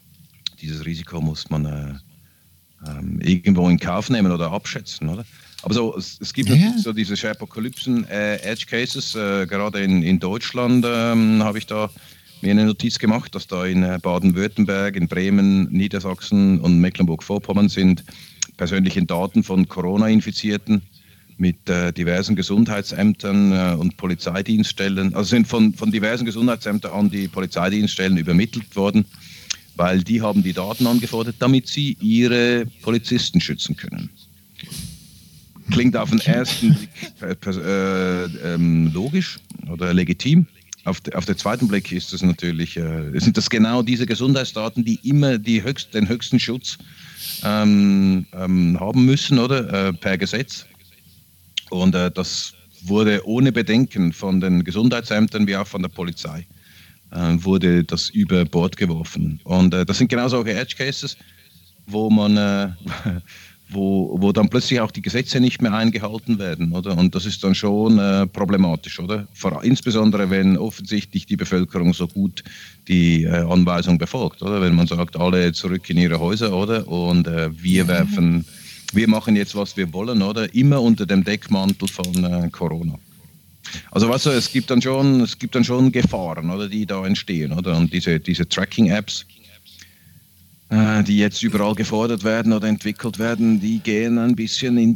irgendwo in Kauf nehmen oder abschätzen, oder? Aber so, es gibt natürlich so diese Apokalypsen, Edge Cases, gerade in Deutschland habe ich da mir eine Notiz gemacht, dass da in Baden-Württemberg, in Bremen, Niedersachsen und Mecklenburg-Vorpommern sind persönliche Daten von Corona-Infizierten mit diversen Gesundheitsämtern und Polizeidienststellen, also sind von diversen Gesundheitsämtern an die Polizeidienststellen übermittelt worden, weil die haben die Daten angefordert, damit sie ihre Polizisten schützen können. Klingt auf den ersten Blick logisch oder legitim. Auf den zweiten Blick ist es natürlich, sind das genau diese Gesundheitsdaten, die immer den höchsten Schutz haben müssen, oder? Per Gesetz. Und das wurde ohne Bedenken von den Gesundheitsämtern wie auch von der Polizei wurde das über Bord geworfen. Und das sind genau solche Edge Cases, wo man wo dann plötzlich auch die Gesetze nicht mehr eingehalten werden, oder? Und das ist dann schon problematisch, oder? Insbesondere, wenn offensichtlich die Bevölkerung so gut die Anweisung befolgt, oder? Wenn man sagt, alle zurück in ihre Häuser, oder? Und wir machen jetzt, was wir wollen, oder? Immer unter dem Deckmantel von Corona. Also weißt du, es gibt dann schon Gefahren, oder, die da entstehen, oder? Und diese Tracking-Apps, die jetzt überall gefordert werden oder entwickelt werden, die gehen ein bisschen in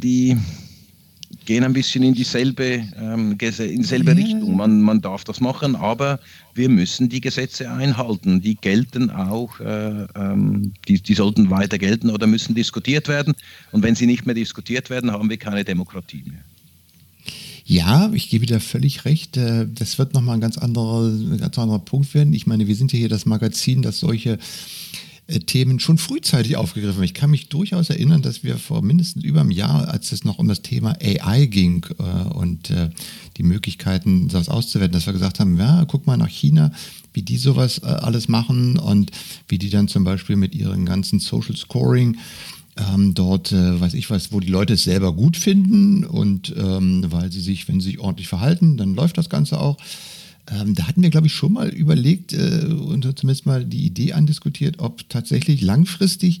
dieselbe Richtung. Man darf das machen, aber wir müssen die Gesetze einhalten. Die gelten auch, die sollten weiter gelten oder müssen diskutiert werden. Und wenn sie nicht mehr diskutiert werden, haben wir keine Demokratie mehr. Ja, ich gebe dir völlig recht. Das wird nochmal ein ganz anderer Punkt werden. Ich meine, wir sind ja hier das Magazin, das solche Themen schon frühzeitig aufgegriffen haben. Ich kann mich durchaus erinnern, dass wir vor mindestens über einem Jahr, als es noch um das Thema AI ging und die Möglichkeiten, das auszuwerten, dass wir gesagt haben, ja, guck mal nach China, wie die sowas alles machen und wie die dann zum Beispiel mit ihren ganzen Social Scoring dort, weiß ich was, wo die Leute es selber gut finden und weil sie sich, wenn sie sich ordentlich verhalten, dann läuft das Ganze auch. Da hatten wir, glaube ich, schon mal überlegt und zumindest mal die Idee andiskutiert, ob tatsächlich langfristig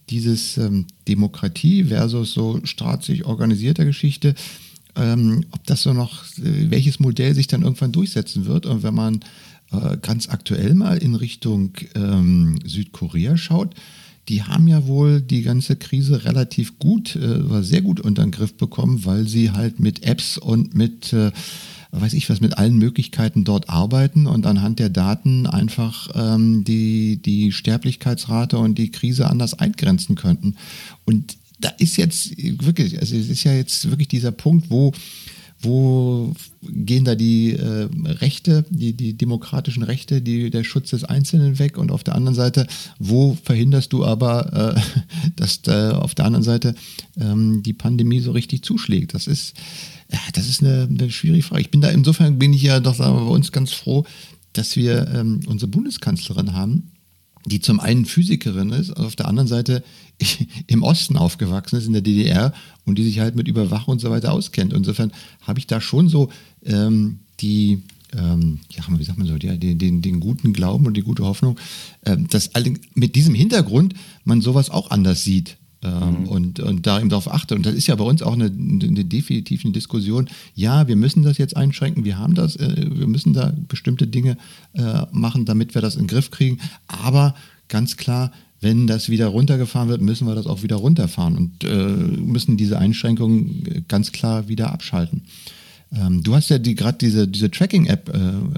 dieses Demokratie versus so staatlich organisierter Geschichte, ob das so noch, welches Modell sich dann irgendwann durchsetzen wird. Und wenn man ganz aktuell mal in Richtung Südkorea schaut, die haben ja wohl die ganze Krise relativ gut, oder sehr gut unter den Griff bekommen, weil sie halt mit Apps und mit, weiß ich was, mit allen Möglichkeiten dort arbeiten und anhand der Daten einfach die Sterblichkeitsrate und die Krise anders eingrenzen könnten. Und da ist jetzt wirklich, also es ist ja jetzt wirklich dieser Punkt, wo gehen da die Rechte, die demokratischen Rechte, der Schutz des Einzelnen weg, und auf der anderen Seite, wo verhinderst du aber, dass auf der anderen Seite die Pandemie so richtig zuschlägt? Das ist eine schwierige Frage. Insofern bin ich ja doch, sagen wir, bei uns ganz froh, dass wir unsere Bundeskanzlerin haben, die zum einen Physikerin ist, und auf der anderen Seite im Osten aufgewachsen ist, in der DDR, und die sich halt mit Überwachung und so weiter auskennt. Insofern habe ich da schon so wie sagt man so, den guten Glauben und die gute Hoffnung, dass mit diesem Hintergrund man sowas auch anders sieht. Und da eben darauf achte. Und das ist ja bei uns auch eine definitive Diskussion. Ja, wir müssen das jetzt einschränken, wir müssen da bestimmte Dinge machen, damit wir das in den Griff kriegen. Aber ganz klar, wenn das wieder runtergefahren wird, müssen wir das auch wieder runterfahren und müssen diese Einschränkungen ganz klar wieder abschalten. Du hast ja gerade diese Tracking-App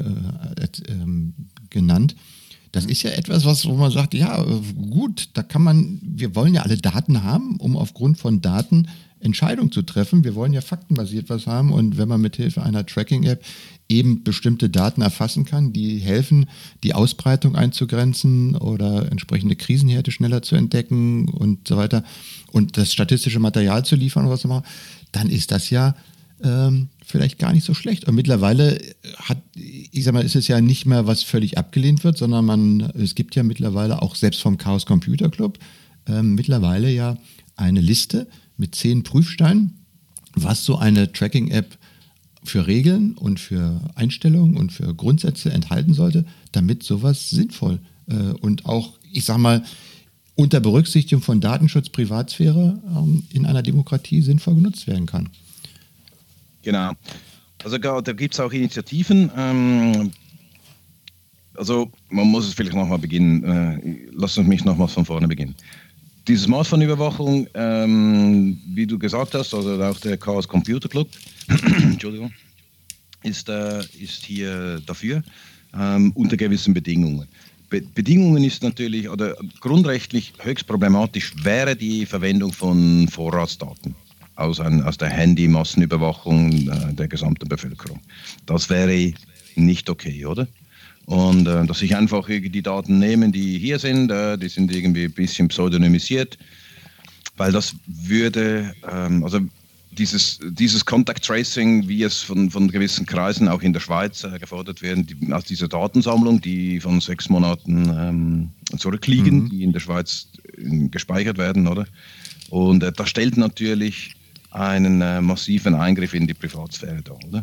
genannt. Das ist ja etwas, wo man sagt, ja gut, wir wollen ja alle Daten haben, um aufgrund von Daten Entscheidungen zu treffen. Wir wollen ja faktenbasiert was haben, und wenn man mithilfe einer Tracking-App eben bestimmte Daten erfassen kann, die helfen, die Ausbreitung einzugrenzen oder entsprechende Krisenherde schneller zu entdecken und so weiter und das statistische Material zu liefern oder was auch immer, dann ist das ja vielleicht gar nicht so schlecht. Und mittlerweile ist es ja nicht mehr, was völlig abgelehnt wird, sondern es gibt ja mittlerweile auch selbst vom Chaos Computer Club mittlerweile ja eine Liste mit 10 Prüfsteinen, was so eine Tracking-App für Regeln und für Einstellungen und für Grundsätze enthalten sollte, damit sowas sinnvoll und auch, ich sag mal, unter Berücksichtigung von Datenschutz, Privatsphäre in einer Demokratie sinnvoll genutzt werden kann. Genau. Also da gibt es auch Initiativen. Also man muss es vielleicht nochmal beginnen. Lass uns mich nochmal von vorne beginnen. Diese Smartphone-Überwachung, wie du gesagt hast, also auch der Chaos Computer Club, Entschuldigung, ist hier dafür, unter gewissen Bedingungen. Bedingungen ist natürlich, oder grundrechtlich höchst problematisch wäre die Verwendung von Vorratsdaten aus der Handy-Massenüberwachung der gesamten Bevölkerung. Das wäre nicht okay, oder? Und dass ich einfach die Daten nehmen, die hier sind, die sind irgendwie ein bisschen pseudonymisiert, weil das würde, also dieses Contact Tracing, wie es von gewissen Kreisen auch in der Schweiz gefordert werden, aus dieser Datensammlung, die von 6 Monaten zurückliegen, die in der Schweiz gespeichert werden, oder? Und das stellt natürlich einen massiven Eingriff in die Privatsphäre dar, oder?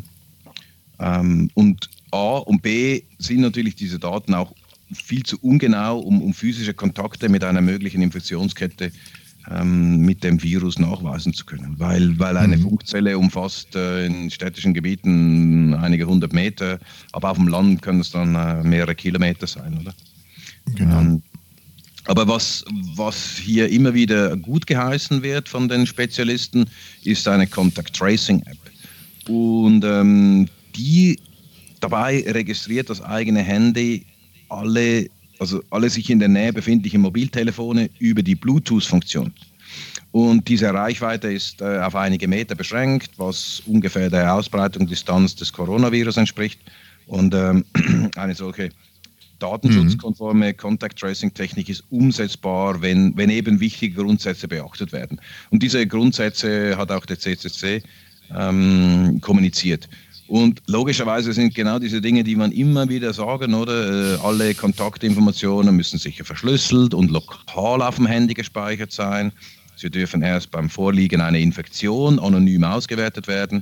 Und A und B sind natürlich diese Daten auch viel zu ungenau, um physische Kontakte mit einer möglichen Infektionskette mit dem Virus nachweisen zu können. Weil eine Funkzelle umfasst in städtischen Gebieten einige 100 Meter, aber auf dem Land können es dann mehrere Kilometer sein, oder? Genau. Aber was hier immer wieder gut geheißen wird von den Spezialisten, ist eine Contact Tracing App. Und die dabei registriert das eigene Handy alle sich in der Nähe befindlichen Mobiltelefone über die Bluetooth-Funktion. Und diese Reichweite ist auf einige Meter beschränkt, was ungefähr der Ausbreitungsdistanz des Coronavirus entspricht. Und eine solche datenschutzkonforme Contact Tracing Technik ist umsetzbar, wenn eben wichtige Grundsätze beachtet werden. Und diese Grundsätze hat auch der CCC kommuniziert. Und logischerweise sind genau diese Dinge, die man immer wieder sagen, oder? Alle Kontaktinformationen müssen sicher verschlüsselt und lokal auf dem Handy gespeichert sein. Sie dürfen erst beim Vorliegen einer Infektion anonym ausgewertet werden.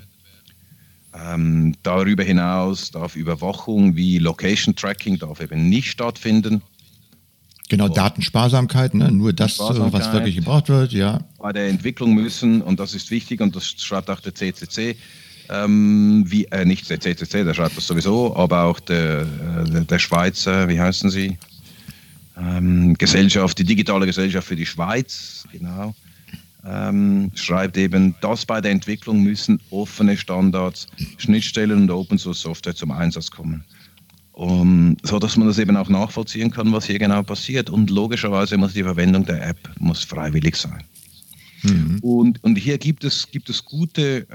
Darüber hinaus darf Überwachung wie Location Tracking darf eben nicht stattfinden. Genau, Datensparsamkeit, ne? Nur das, was wirklich gebraucht wird, ja. Bei der Entwicklung müssen, und das ist wichtig, und das schreibt auch der CCC, nicht der CCC, der schreibt das sowieso, aber auch der Schweizer, wie heißen sie? Gesellschaft, die digitale Gesellschaft für die Schweiz, genau, schreibt eben, dass bei der Entwicklung müssen offene Standards, Schnittstellen und Open Source Software zum Einsatz kommen. So dass man das eben auch nachvollziehen kann, was hier genau passiert. Und logischerweise muss die Verwendung der App muss freiwillig sein. Mhm. Und hier gibt es gute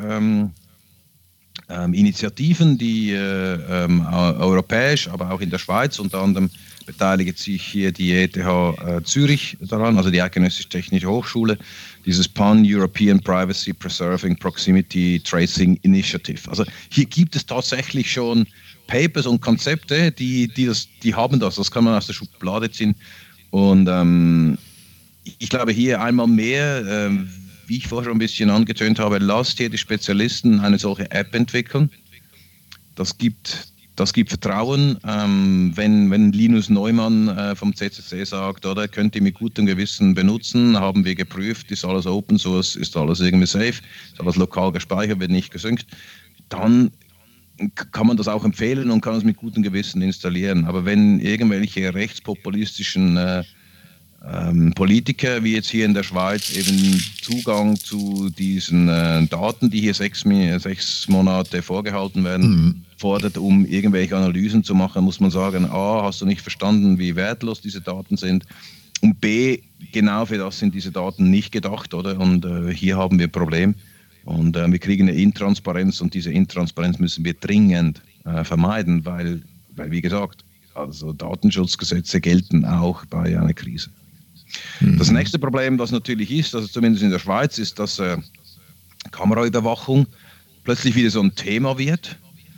Initiativen, die europäisch, aber auch in der Schweiz, unter anderem beteiligt sich hier die ETH Zürich daran, also die Eidgenössische Technische Hochschule, dieses Pan-European Privacy Preserving Proximity Tracing Initiative. Also hier gibt es tatsächlich schon Papers und Konzepte, die haben das kann man aus der Schublade ziehen. Und ich glaube hier einmal mehr, wie ich vorher schon ein bisschen angetönt habe, lasst hier die Spezialisten eine solche App entwickeln. Das gibt Vertrauen. Wenn Linus Neumann vom CCC sagt, oder könnt ihr mit gutem Gewissen benutzen, haben wir geprüft, ist alles Open Source, ist alles irgendwie safe, ist alles lokal gespeichert, wird nicht gesynkt, dann kann man das auch empfehlen und kann es mit gutem Gewissen installieren. Aber wenn irgendwelche rechtspopulistischen Politiker, wie jetzt hier in der Schweiz, eben Zugang zu diesen Daten, die hier 6 Monate vorgehalten werden, fordert, um irgendwelche Analysen zu machen, muss man sagen, A, hast du nicht verstanden, wie wertlos diese Daten sind, und B, genau für das sind diese Daten nicht gedacht, oder? Und hier haben wir ein Problem. Und wir kriegen eine Intransparenz, und diese Intransparenz müssen wir dringend vermeiden, weil, wie gesagt, also Datenschutzgesetze gelten auch bei einer Krise. Das nächste Problem, was natürlich ist, also zumindest in der Schweiz, ist, dass Kameraüberwachung plötzlich wieder so ein Thema wird.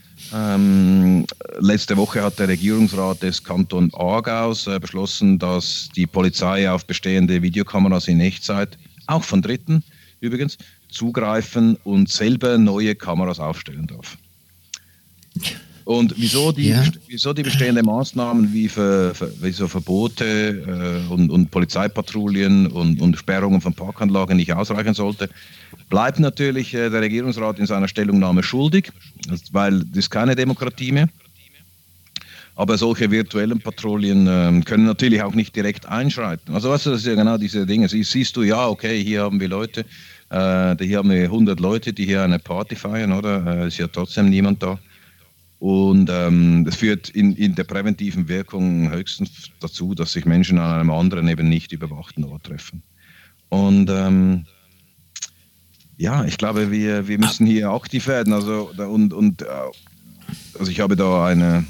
Letzte Woche hat der Regierungsrat des Kanton Aargaus beschlossen, dass die Polizei auf bestehende Videokameras in Echtzeit, auch von Dritten übrigens, zugreifen und selber neue Kameras aufstellen darf. Und wieso die bestehenden Maßnahmen wie so Verbote und Polizeipatrouillen und Sperrungen von Parkanlagen nicht ausreichen sollte, bleibt natürlich der Regierungsrat in seiner Stellungnahme schuldig, weil das ist keine Demokratie mehr. Aber solche virtuellen Patrouillen können natürlich auch nicht direkt einschreiten. Also weißt du, das ist ja genau diese Dinge. Siehst du, ja, okay, hier haben wir Leute, hier haben wir 100 Leute, die hier eine Party feiern, oder? Ist ja trotzdem niemand da. Und das führt in der präventiven Wirkung höchstens dazu, dass sich Menschen an einem anderen, eben nicht überwachten Ort treffen. Und ja, ich glaube, wir müssen hier aktiv werden. Also ich habe da eine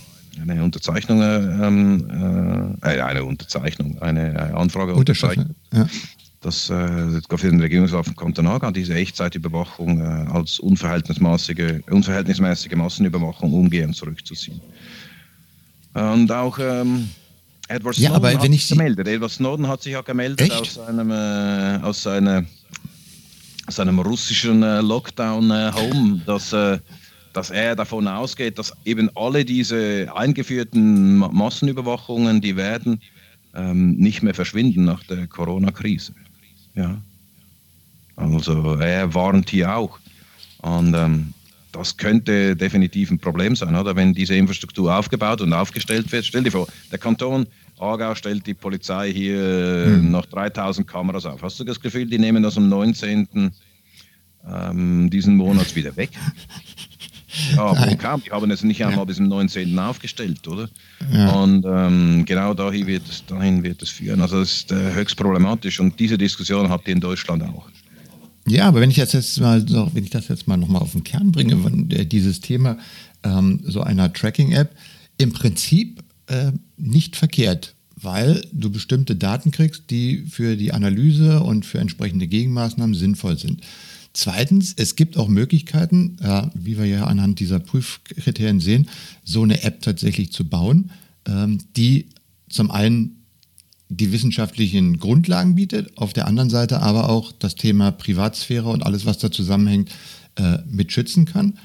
Anfrage unterzeichnet. Ja. Das für den Regierungsrat von Kanton Aargau diese Echtzeitüberwachung als unverhältnismäßige Massenüberwachung umgehend zurückzuziehen. Und auch Edward Snowden hat sich gemeldet. Edward Snowden hat sich ja gemeldet aus seinem russischen Lockdown-Home, dass er davon ausgeht, dass eben alle diese eingeführten Massenüberwachungen, die werden nicht mehr verschwinden nach der Corona-Krise. Ja. Also er warnt hier auch. Und das könnte definitiv ein Problem sein, oder? Wenn diese Infrastruktur aufgebaut und aufgestellt wird. Stell dir vor, der Kanton Aargau stellt die Polizei hier noch 3000 Kameras auf. Hast du das Gefühl, die nehmen das am 19. Diesen Monats wieder weg? Ja, kaum. Die haben es nicht einmal bis zum 19. aufgestellt, oder? Ja. Und genau dahin wird es führen. Also das ist höchst problematisch, und diese Diskussion habt ihr in Deutschland auch. Ja, aber wenn ich das jetzt mal nochmal auf den Kern bringe, dieses Thema so einer Tracking-App, im Prinzip nicht verkehrt, weil du bestimmte Daten kriegst, die für die Analyse und für entsprechende Gegenmaßnahmen sinnvoll sind. Zweitens, es gibt auch Möglichkeiten, wie wir ja anhand dieser Prüfkriterien sehen, so eine App tatsächlich zu bauen, die zum einen die wissenschaftlichen Grundlagen bietet, auf der anderen Seite aber auch das Thema Privatsphäre und alles, was da zusammenhängt, mit schützen kann.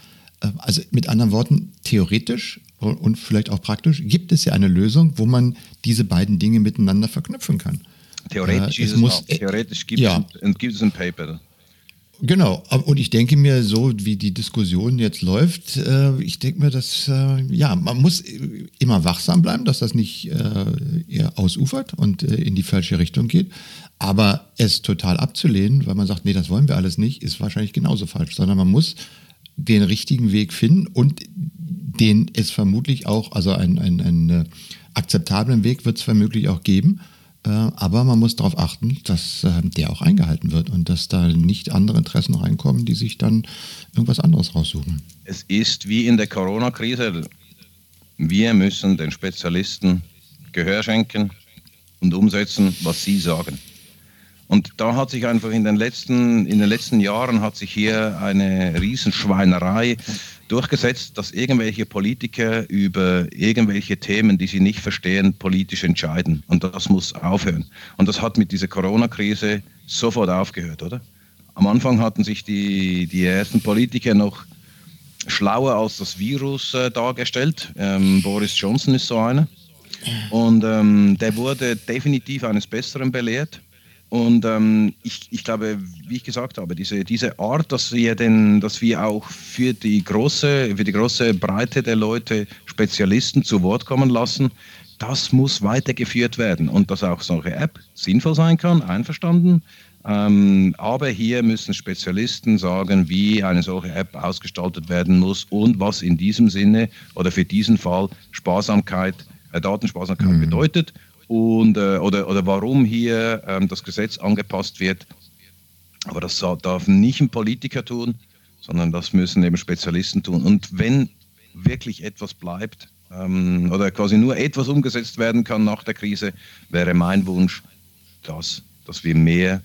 Also mit anderen Worten, theoretisch und vielleicht auch praktisch gibt es ja eine Lösung, wo man diese beiden Dinge miteinander verknüpfen kann. Theoretisch theoretisch gibt es ein Paper. Genau, und ich denke mir, so wie die Diskussion jetzt läuft, ich denke mir, dass man muss immer wachsam bleiben, dass das nicht eher ausufert und in die falsche Richtung geht. Aber es total abzulehnen, weil man sagt, nee, das wollen wir alles nicht, ist wahrscheinlich genauso falsch, sondern man muss den richtigen Weg finden und den es vermutlich auch, also einen akzeptablen Weg wird es vermutlich auch geben. Aber man muss darauf achten, dass der auch eingehalten wird und dass da nicht andere Interessen reinkommen, die sich dann irgendwas anderes raussuchen. Es ist wie in der Corona-Krise. Wir müssen den Spezialisten Gehör schenken und umsetzen, was sie sagen. Und da hat sich einfach in den letzten Jahren hat sich hier eine Riesenschweinerei durchgesetzt, dass irgendwelche Politiker über irgendwelche Themen, die sie nicht verstehen, politisch entscheiden. Und das muss aufhören. Und das hat mit dieser Corona-Krise sofort aufgehört, oder? Am Anfang hatten sich die ersten Politiker noch schlauer als das Virus dargestellt. Boris Johnson ist so einer. Und der wurde definitiv eines Besseren belehrt. Und ich glaube, wie ich gesagt habe, diese Art, dass wir auch für die große Breite der Leute Spezialisten zu Wort kommen lassen, das muss weitergeführt werden. Und dass auch solche App sinnvoll sein kann, einverstanden. Aber hier müssen Spezialisten sagen, wie eine solche App ausgestaltet werden muss und was in diesem Sinne oder für diesen Fall Datensparsamkeit bedeutet. Und oder warum hier das Gesetz angepasst wird. Aber das darf nicht ein Politiker tun, sondern das müssen eben Spezialisten tun. Und wenn wirklich etwas bleibt oder quasi nur etwas umgesetzt werden kann nach der Krise, wäre mein Wunsch, dass wir mehr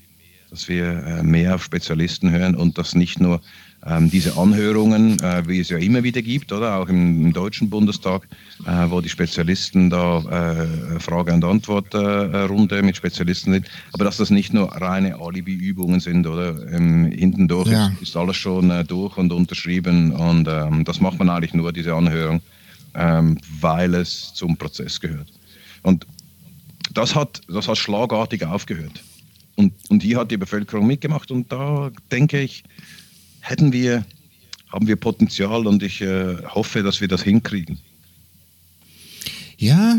auf Spezialisten hören und dass nicht nur diese Anhörungen, wie es ja immer wieder gibt, oder auch im Deutschen Bundestag, wo die Spezialisten da Frage- und Antwortrunde mit Spezialisten sind, aber dass das nicht nur reine Alibi-Übungen sind, oder hinten durch ist alles schon durch und unterschrieben und das macht man eigentlich nur, diese Anhörung, weil es zum Prozess gehört. Und das hat schlagartig aufgehört. Und hier hat die Bevölkerung mitgemacht und da denke ich, haben wir Potenzial und ich hoffe, dass wir das hinkriegen. Ja.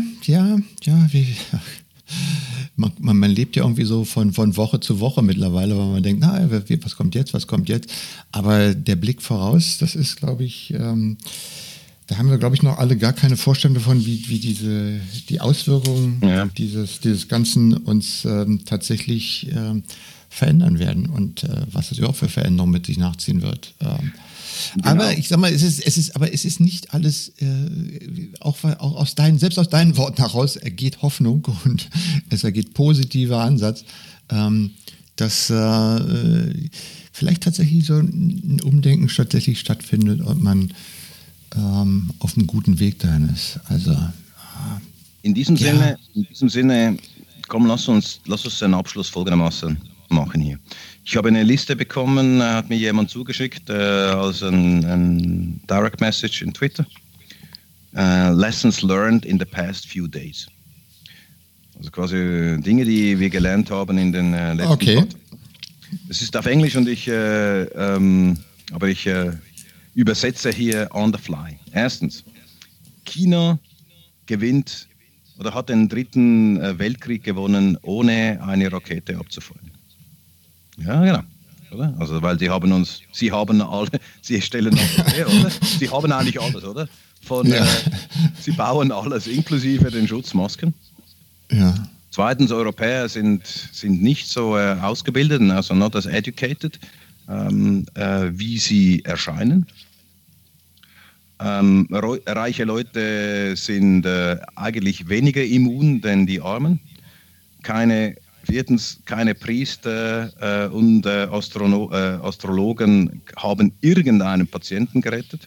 Man lebt ja irgendwie so von Woche zu Woche mittlerweile, weil man denkt, was kommt jetzt? Aber der Blick voraus, das ist, glaube ich, da haben wir, glaube ich, noch alle gar keine Vorstellung davon, wie die Auswirkungen dieses Ganzen uns tatsächlich verändern werden und was es überhaupt für Veränderungen mit sich nachziehen wird. Genau. Aber ich sag mal, es ist nicht alles, selbst aus deinen Worten heraus ergeht Hoffnung und es ergeht positiver Ansatz, dass vielleicht tatsächlich so ein Umdenken tatsächlich stattfindet und man auf einem guten Weg dahin ist. Also in diesem Sinne, komm, lass uns den Abschluss folgendermaßen machen hier. Ich habe eine Liste bekommen, hat mir jemand zugeschickt als ein Direct Message in Twitter. Lessons learned in the past few days. Also quasi Dinge, die wir gelernt haben in den letzten Tagen. Es ist auf Englisch und ich übersetze hier on the fly. Erstens, China gewinnt oder hat den dritten Weltkrieg gewonnen, ohne eine Rakete abzufeuern. Ja, genau. Oder? Also, weil sie stellen alles her, oder? Sie haben eigentlich alles, oder? Sie bauen alles, inklusive den Schutzmasken. Ja. Zweitens, Europäer sind nicht so ausgebildet, also not as educated, wie sie erscheinen. Reiche Leute sind eigentlich weniger immun denn die Armen. Viertens, keine Priester und Astrologen haben irgendeinen Patienten gerettet.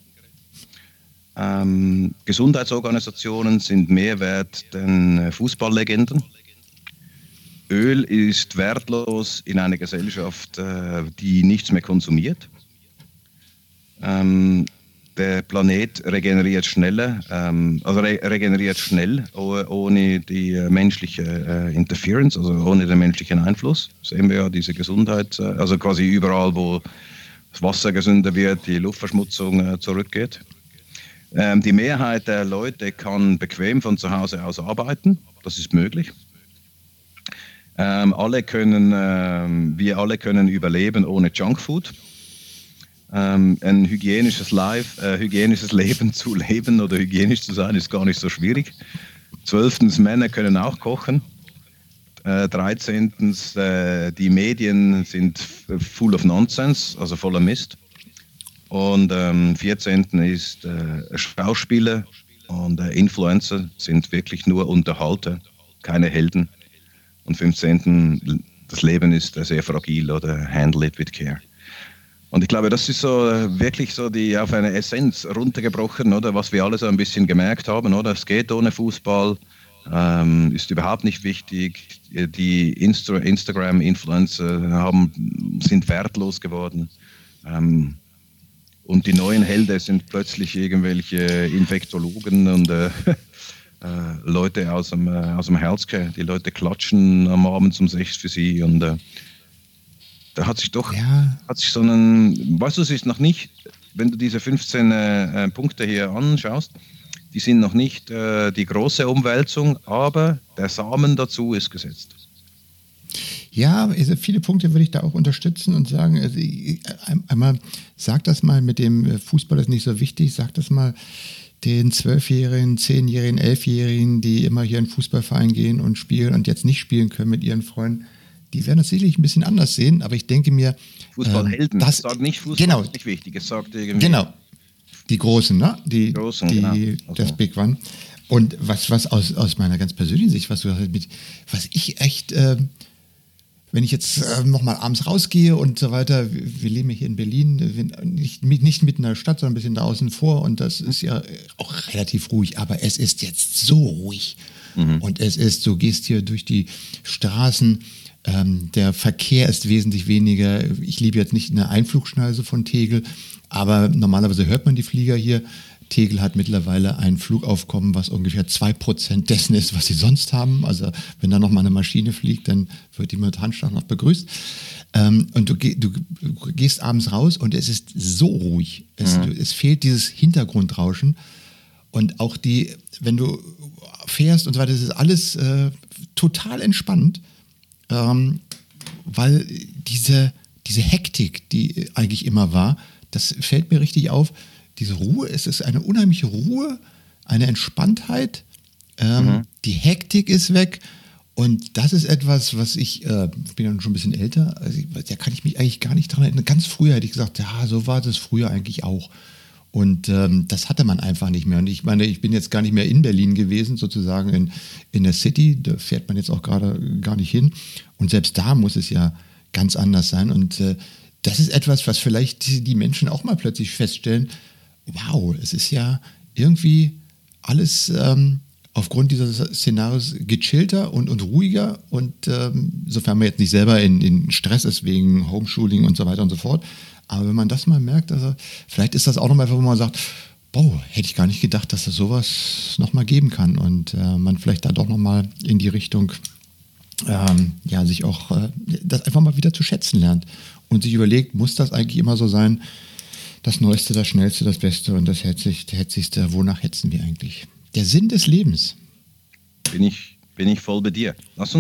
Gesundheitsorganisationen sind mehr wert denn Fußballlegenden. Öl ist wertlos in einer Gesellschaft, die nichts mehr konsumiert. der Planet regeneriert schneller, regeneriert schnell, ohne die menschliche Interference, also ohne den menschlichen Einfluss. Sehen wir ja diese Gesundheit, also quasi überall, wo das Wasser gesünder wird, die Luftverschmutzung zurückgeht. Die Mehrheit der Leute kann bequem von zu Hause aus arbeiten, das ist möglich. Wir alle können überleben ohne Junkfood. Ein hygienisches Leben zu leben oder hygienisch zu sein, ist gar nicht so schwierig. 12. Männer können auch kochen. 13. Die Medien sind full of nonsense, also voller Mist. Und 14. ist Schauspieler und Influencer sind wirklich nur Unterhalter, keine Helden. Und 15. das Leben ist sehr fragil oder handle it with care. Und ich glaube, das ist so wirklich so die auf eine Essenz runtergebrochen, oder was wir alle so ein bisschen gemerkt haben, oder es geht ohne Fußball, ist überhaupt nicht wichtig. Die Instagram-Influencer sind wertlos geworden. Und die neuen Helden sind plötzlich irgendwelche Infektologen und Leute aus dem Healthcare. Die Leute klatschen am Abend um 6 für sie und da hat sich so weißt du, es ist noch nicht, wenn du diese 15 Punkte hier anschaust, die sind noch nicht die große Umwälzung, aber der Samen dazu ist gesetzt. Ja, also viele Punkte würde ich da auch unterstützen und sagen, also einmal, sag das mal mit dem Fußball ist nicht so wichtig, sag das mal den 12-Jährigen, 10-Jährigen, 11-Jährigen, die immer hier in den Fußballverein gehen und spielen und jetzt nicht spielen können mit ihren Freunden. Die werden das sicherlich ein bisschen anders sehen, aber ich denke mir... Fußballhelden, das sagt nicht Fußball, ist nicht wichtig, es sagt irgendwie... Genau, die Großen, ne? Die genau. Also. Das Big One. Und was aus meiner ganz persönlichen Sicht, was ich echt, wenn ich jetzt nochmal abends rausgehe und so weiter, wir leben hier in Berlin, nicht mitten in der Stadt, sondern ein bisschen draußen vor und das ist ja auch relativ ruhig, aber es ist jetzt so ruhig. Und es ist, du gehst hier durch die Straßen, der Verkehr ist wesentlich weniger. Ich lebe jetzt nicht in der Einflugschneise von Tegel, aber normalerweise hört man die Flieger hier. Tegel hat mittlerweile ein Flugaufkommen, was ungefähr 2% dessen ist, was sie sonst haben. Also wenn da noch mal eine Maschine fliegt, dann wird die mit Handschlag noch begrüßt. Und du gehst abends raus und es ist so ruhig. Es fehlt dieses Hintergrundrauschen. Und auch wenn du fährst und so weiter, das ist alles total entspannt. Weil diese Hektik, die eigentlich immer war, das fällt mir richtig auf, diese Ruhe, es ist eine unheimliche Ruhe, eine Entspanntheit, die Hektik ist weg und das ist etwas, was ich bin ja schon ein bisschen älter, also da kann ich mich eigentlich gar nicht dran erinnern. Ganz früher hätte ich gesagt, ja, so war das früher eigentlich auch. Und das hatte man einfach nicht mehr. Und ich meine, ich bin jetzt gar nicht mehr in Berlin gewesen, sozusagen in der City. Da fährt man jetzt auch gerade gar nicht hin. Und selbst da muss es ja ganz anders sein. Und das ist etwas, was vielleicht die Menschen auch mal plötzlich feststellen. Wow, es ist ja irgendwie alles aufgrund dieses Szenarios gechillter und ruhiger. Und sofern man jetzt nicht selber in Stress ist wegen Homeschooling und so weiter und so fort. Aber wenn man das mal merkt, also vielleicht ist das auch nochmal, wo man sagt, boah, hätte ich gar nicht gedacht, dass es sowas nochmal geben kann und man vielleicht da doch nochmal in die Richtung, sich auch das einfach mal wieder zu schätzen lernt und sich überlegt, muss das eigentlich immer so sein, das Neueste, das Schnellste, das Beste und das Hetzigste, wonach hetzen wir eigentlich? Der Sinn des Lebens. Bin ich voll bei dir.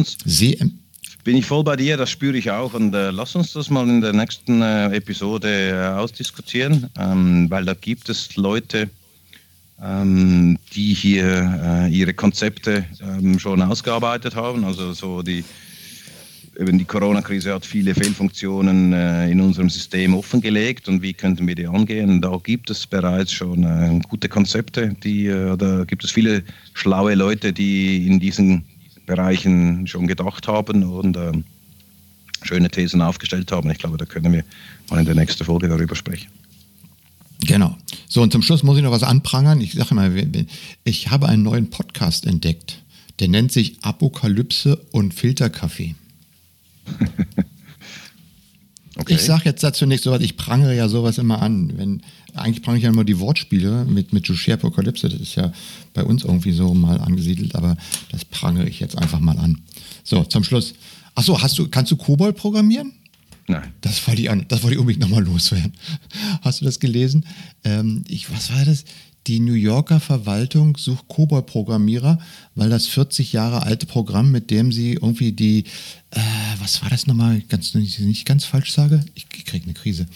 Bin ich voll bei dir, das spüre ich auch und lass uns das mal in der nächsten Episode ausdiskutieren, weil da gibt es Leute, die hier ihre Konzepte schon ausgearbeitet haben. Also so die Corona-Krise hat viele Fehlfunktionen in unserem System offengelegt und wie könnten wir die angehen? Da gibt es bereits schon gute Konzepte, da gibt es viele schlaue Leute, die in diesen Bereichen schon gedacht haben und schöne Thesen aufgestellt haben. Ich glaube, da können wir mal in der nächsten Folge darüber sprechen. Genau. So, und zum Schluss muss ich noch was anprangern. Ich sage mal, ich habe einen neuen Podcast entdeckt. Der nennt sich Apokalypse und Filterkaffee. Ich sage jetzt dazu nicht sowas, ich prangere ja sowas immer an. Eigentlich prangere ich ja nur die Wortspiele mit Jushea Apokalypse, das ist ja bei uns irgendwie so mal angesiedelt, aber das prangere ich jetzt einfach mal an. So, zum Schluss. Achso, kannst du COBOL programmieren? Nein. Das wollte ich unbedingt nochmal loswerden. Hast du das gelesen? Was war das? Die New Yorker Verwaltung sucht COBOL-Programmierer, weil das 40 Jahre alte Programm, mit dem sie irgendwie was war das nochmal, nicht ganz falsch sage? Ich kriege eine Krise.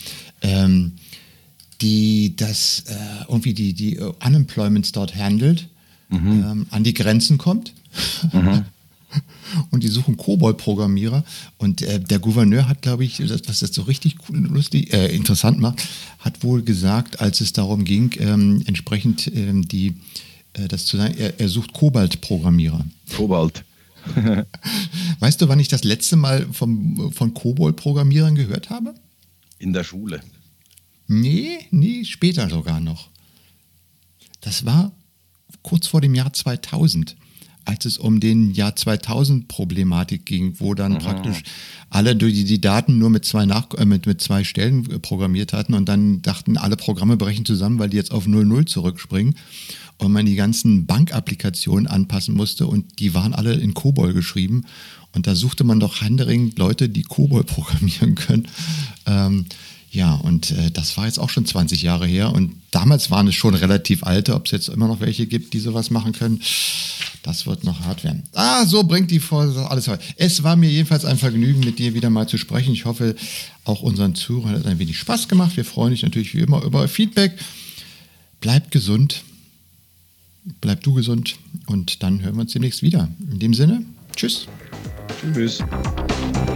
Die Unemployments dort handelt, an die Grenzen kommt. Und die suchen COBOL-Programmierer. Und der Gouverneur hat, glaube ich, was das so richtig cool, lustig, interessant macht, hat wohl gesagt, als es darum ging, entsprechend das zu sagen, er sucht Cobalt-Programmierer. Cobalt. Weißt du, wann ich das letzte Mal von COBOL-Programmierern gehört habe? In der Schule. Nee, später sogar noch. Das war kurz vor dem Jahr 2000. Als es um den Jahr 2000-Problematik ging, wo dann praktisch alle die Daten nur mit zwei Stellen programmiert hatten und dann dachten, alle Programme brechen zusammen, weil die jetzt auf 00 zurückspringen und man die ganzen Bankapplikationen anpassen musste und die waren alle in COBOL geschrieben und da suchte man doch händeringend Leute, die COBOL programmieren können. Das war jetzt auch schon 20 Jahre her und damals waren es schon relativ alte, ob es jetzt immer noch welche gibt, die sowas machen können, das wird noch hart werden. So bringt die Folge alles heute. Es war mir jedenfalls ein Vergnügen, mit dir wieder mal zu sprechen. Ich hoffe, auch unseren Zuhörern hat es ein wenig Spaß gemacht. Wir freuen uns natürlich wie immer über Feedback. Bleibt gesund, bleib du gesund und dann hören wir uns demnächst wieder. In dem Sinne, tschüss. Tschüss.